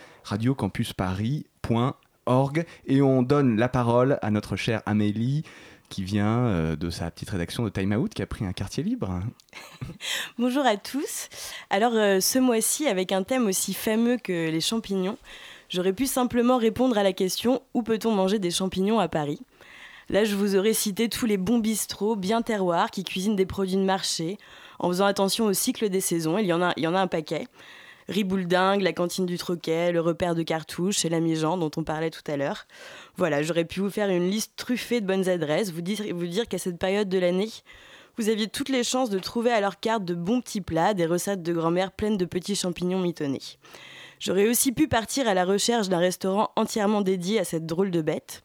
radiocampusparis.org, et on donne la parole à notre chère Amélie qui vient de sa petite rédaction de Time Out, qui a pris un quartier libre. Bonjour à tous. Alors, ce mois-ci, avec un thème aussi fameux que les champignons, j'aurais pu simplement répondre à la question « Où peut-on manger des champignons à Paris ?» Là, je vous aurais cité tous les bons bistrots bien terroirs qui cuisinent des produits de marché en faisant attention au cycle des saisons. Il y en a un paquet. Ribouledingue, la cantine du Troquet, le repère de Cartouche et la Mi-Jean dont on parlait tout à l'heure. Voilà, j'aurais pu vous faire une liste truffée de bonnes adresses, vous dire qu'à cette période de l'année, vous aviez toutes les chances de trouver à leur carte de bons petits plats, des recettes de grand-mère pleines de petits champignons mitonnés. J'aurais aussi pu partir à la recherche d'un restaurant entièrement dédié à cette drôle de bête.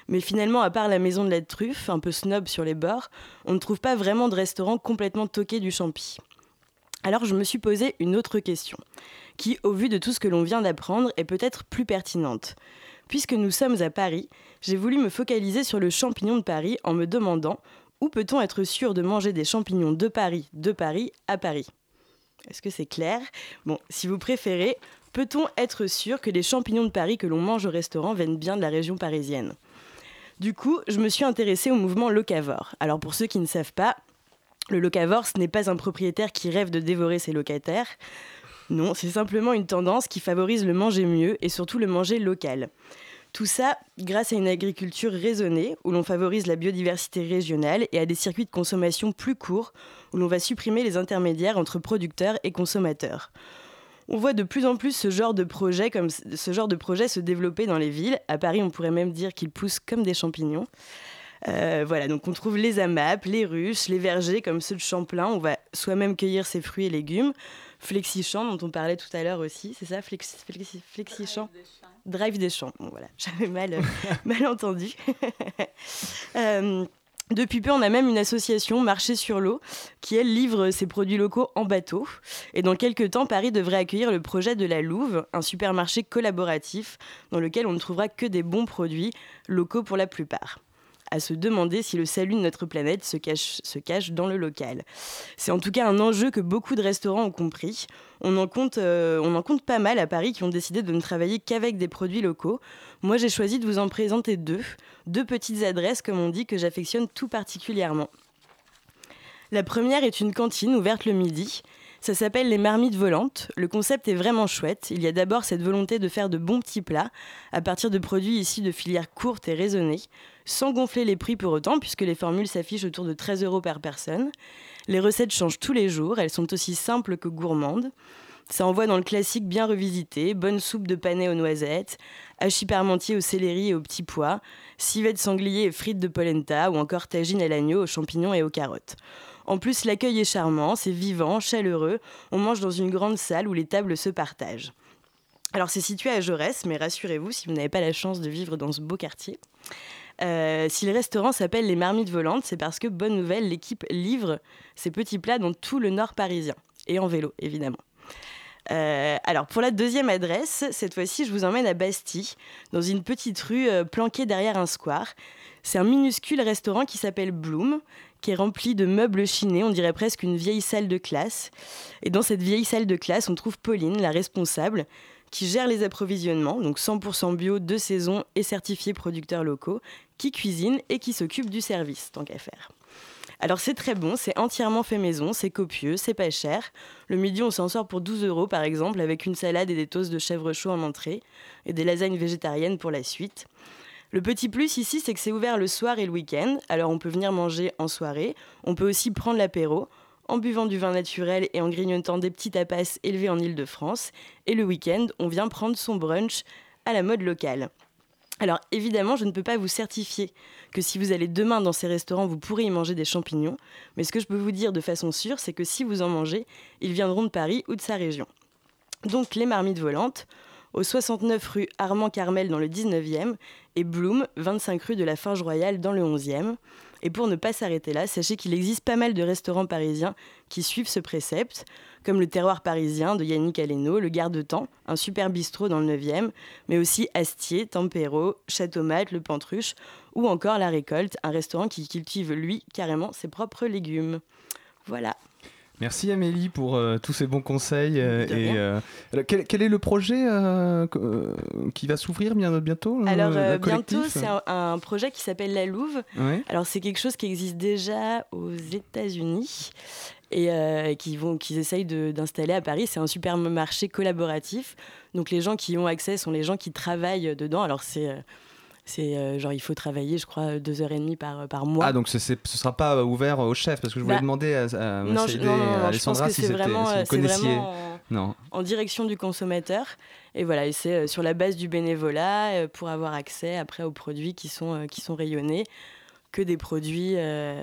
Mais finalement, à part la Maison de la Truffe, un peu snob sur les bords, on ne trouve pas vraiment de restaurant complètement toqué du champi. Alors je me suis posé une autre question, qui, au vu de tout ce que l'on vient d'apprendre, est peut-être plus pertinente. Puisque nous sommes à Paris, j'ai voulu me focaliser sur le champignon de Paris en me demandant où peut-on être sûr de manger des champignons de Paris, à Paris ? Est-ce que c'est clair ? Bon, si vous préférez, peut-on être sûr que les champignons de Paris que l'on mange au restaurant viennent bien de la région parisienne ? Du coup, je me suis intéressée au mouvement locavore. Alors pour ceux qui ne savent pas, le locavore, ce n'est pas un propriétaire qui rêve de dévorer ses locataires. Non, c'est simplement une tendance qui favorise le manger mieux et surtout le manger local. Tout ça grâce à une agriculture raisonnée où l'on favorise la biodiversité régionale et à des circuits de consommation plus courts où l'on va supprimer les intermédiaires entre producteurs et consommateurs. On voit de plus en plus ce genre de projet se développer dans les villes. À Paris, on pourrait même dire qu'ils poussent comme des champignons. Voilà, donc on trouve les AMAP, les ruches, les vergers comme ceux de Champlain. On va soi-même cueillir ses fruits et légumes. Flexichamp, dont on parlait tout à l'heure aussi, c'est ça, Flexichamp Drive des champs. Bon, voilà, j'avais mal entendu. Depuis peu, on a même une association, Marché sur l'eau, qui, elle, livre ses produits locaux en bateau. Et dans quelques temps, Paris devrait accueillir le projet de la Louve, un supermarché collaboratif dans lequel on ne trouvera que des bons produits locaux pour la plupart. À se demander si le salut de notre planète se cache dans le local. C'est en tout cas un enjeu que beaucoup de restaurants ont compris. On en compte pas mal à Paris qui ont décidé de ne travailler qu'avec des produits locaux. Moi, j'ai choisi de vous en présenter deux petites adresses, comme on dit, que j'affectionne tout particulièrement. La première est une cantine ouverte le midi. Ça s'appelle les Marmites Volantes. Le concept est vraiment chouette. Il y a d'abord cette volonté de faire de bons petits plats à partir de produits issus de filières courtes et raisonnées, sans gonfler les prix pour autant, puisque les formules s'affichent autour de 13 € par personne. Les recettes changent tous les jours, elles sont aussi simples que gourmandes. Ça envoie dans le classique bien revisité, bonne soupe de panais aux noisettes, hachis parmentier au céleri et aux petits pois, civet de sanglier et frites de polenta, ou encore tagine à l'agneau aux champignons et aux carottes. En plus, l'accueil est charmant, c'est vivant, chaleureux, on mange dans une grande salle où les tables se partagent. Alors c'est situé à Jaurès, mais rassurez-vous, si vous n'avez pas la chance de vivre dans ce beau quartier, si le restaurant s'appelle les Marmites Volantes, c'est parce que, bonne nouvelle, l'équipe livre ces petits plats dans tout le nord parisien, et en vélo, évidemment. Alors pour la deuxième adresse, cette fois-ci, je vous emmène à Bastille, dans une petite rue planquée derrière un square. C'est un minuscule restaurant qui s'appelle Bloom, qui est rempli de meubles chinés, on dirait presque une vieille salle de classe. Et dans cette vieille salle de classe, on trouve Pauline, la responsable, qui gère les approvisionnements, donc 100% bio, de saison et certifiés producteurs locaux, qui cuisine et qui s'occupe du service, tant qu'à faire. Alors c'est très bon, c'est entièrement fait maison, c'est copieux, c'est pas cher. Le midi, on s'en sort pour 12 € par exemple, avec une salade et des toasts de chèvre chaud en entrée, et des lasagnes végétariennes pour la suite. Le petit plus ici, c'est que c'est ouvert le soir et le week-end, alors on peut venir manger en soirée, on peut aussi prendre l'apéro, en buvant du vin naturel et en grignotant des petits tapas élevés en Île-de-France, et le week-end, on vient prendre son brunch à la mode locale. Alors évidemment, je ne peux pas vous certifier que si vous allez demain dans ces restaurants, vous pourrez y manger des champignons, mais ce que je peux vous dire de façon sûre, c'est que si vous en mangez, ils viendront de Paris ou de sa région. Donc les Marmites Volantes, au 69 rue Armand Carmel dans le 19e, et Bloom, 25 rue de la Forge Royale dans le 11e. Et pour ne pas s'arrêter là, sachez qu'il existe pas mal de restaurants parisiens qui suivent ce précepte, comme le Terroir parisien de Yannick Aleno, le Garde-Temps, un super bistrot dans le 9e, mais aussi Astier, Tempero, Château-Mat, Le Pantruche, ou encore La Récolte, un restaurant qui cultive, lui, carrément ses propres légumes. Voilà. Merci Amélie pour tous ces bons conseils. Quel est le projet qui va s'ouvrir bientôt Alors bientôt, c'est un projet qui s'appelle La Louve. Ouais. Alors c'est quelque chose qui existe déjà aux États-Unis et qu'ils essayent d'installer à Paris. C'est un supermarché collaboratif. Donc les gens qui y ont accès sont les gens qui travaillent dedans. Alors c'est genre il faut travailler je crois 2h30 par mois. Ah donc ce sera pas ouvert aux chefs parce que je voulais demander à Maïdé et à Alessandra si vous connaissiez. En direction du consommateur et voilà, et c'est sur la base du bénévolat pour avoir accès après aux produits qui sont rayonnés que des produits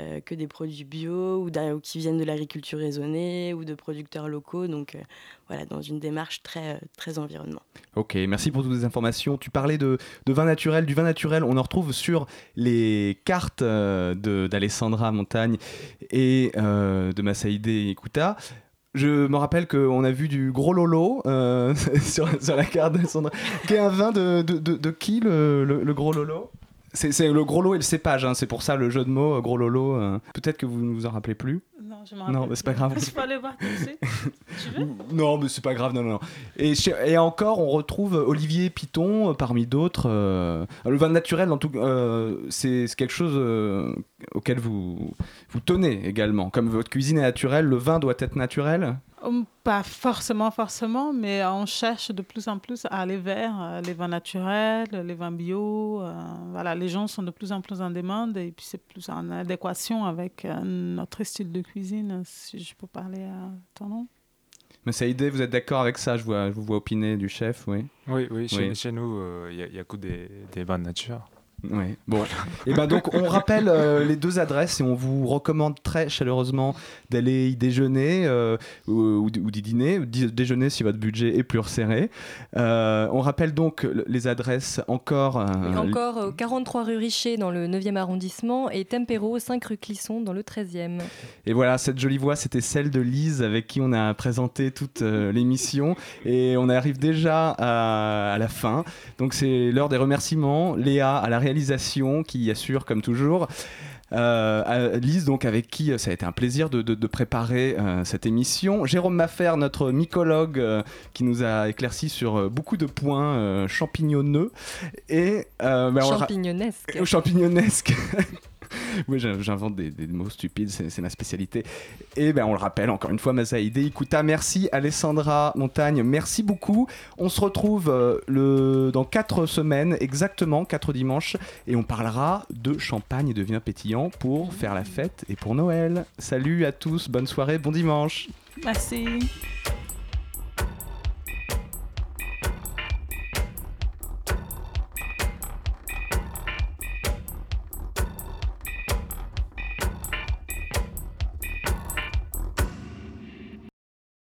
bio ou qui viennent de l'agriculture raisonnée ou de producteurs locaux. Donc voilà, dans une démarche très, très environnement. Ok, merci pour toutes les informations. Tu parlais de vin naturel. Du vin naturel, on en retrouve sur les cartes d'Alessandra Montagne et de Massaïdé Ikuta. Je me rappelle qu'on a vu du Gros Lolo sur la carte d'Alessandra. Qui est un vin de qui, le Gros Lolo ? C'est le Gros Lot et le cépage, hein, c'est pour ça le jeu de mots Gros Lolo. Peut-être que vous ne vous en rappelez plus. Non, je m'en rappelle. Non, mais c'est pas grave. Je peux aller voir tout de suite. Tu veux ? Non, mais c'est pas grave, non. Et encore, on retrouve Olivier Piton parmi d'autres. Le vin naturel, en tout, c'est quelque chose auquel vous tenez également. Comme votre cuisine est naturelle, le vin doit être naturel ? Pas forcément, mais on cherche de plus en plus à aller vers les vins naturels, les vins bio. Voilà, les gens sont de plus en plus en demande et puis c'est plus en adéquation avec notre style de cuisine, si je peux parler à ton nom. Mais Saïdé, vous êtes d'accord avec ça ? Je vous vois opiner du chef, oui. Oui. Chez nous, il y a que des vins nature. Oui, bon. Et ben donc on rappelle les deux adresses et on vous recommande très chaleureusement d'aller y déjeuner ou d'y dîner, déjeuner si votre budget est plus resserré. On rappelle donc les adresses encore 43 rue Richer dans le 9e arrondissement et Tempero 5 rue Clisson dans le 13e. Et voilà, cette jolie voix, c'était celle de Lise avec qui on a présenté toute l'émission et on arrive déjà à la fin. Donc c'est l'heure des remerciements. Léa à la réalisation qui assure comme toujours. Lise, donc, avec qui ça a été un plaisir de préparer cette émission. Jérôme Maffer, notre mycologue, qui nous a éclairci sur beaucoup de points champignonneux. Et, champignonesques. Champignonesques. Oui, j'invente des mots stupides, c'est ma spécialité. Et on le rappelle encore une fois, Massaïdé Ikuta, merci. Alessandra Montagne, merci beaucoup. On se retrouve dans 4 semaines, exactement 4 dimanches, et on parlera de champagne et de vin pétillant pour faire la fête et pour Noël. Salut à tous, bonne soirée, bon dimanche. Merci.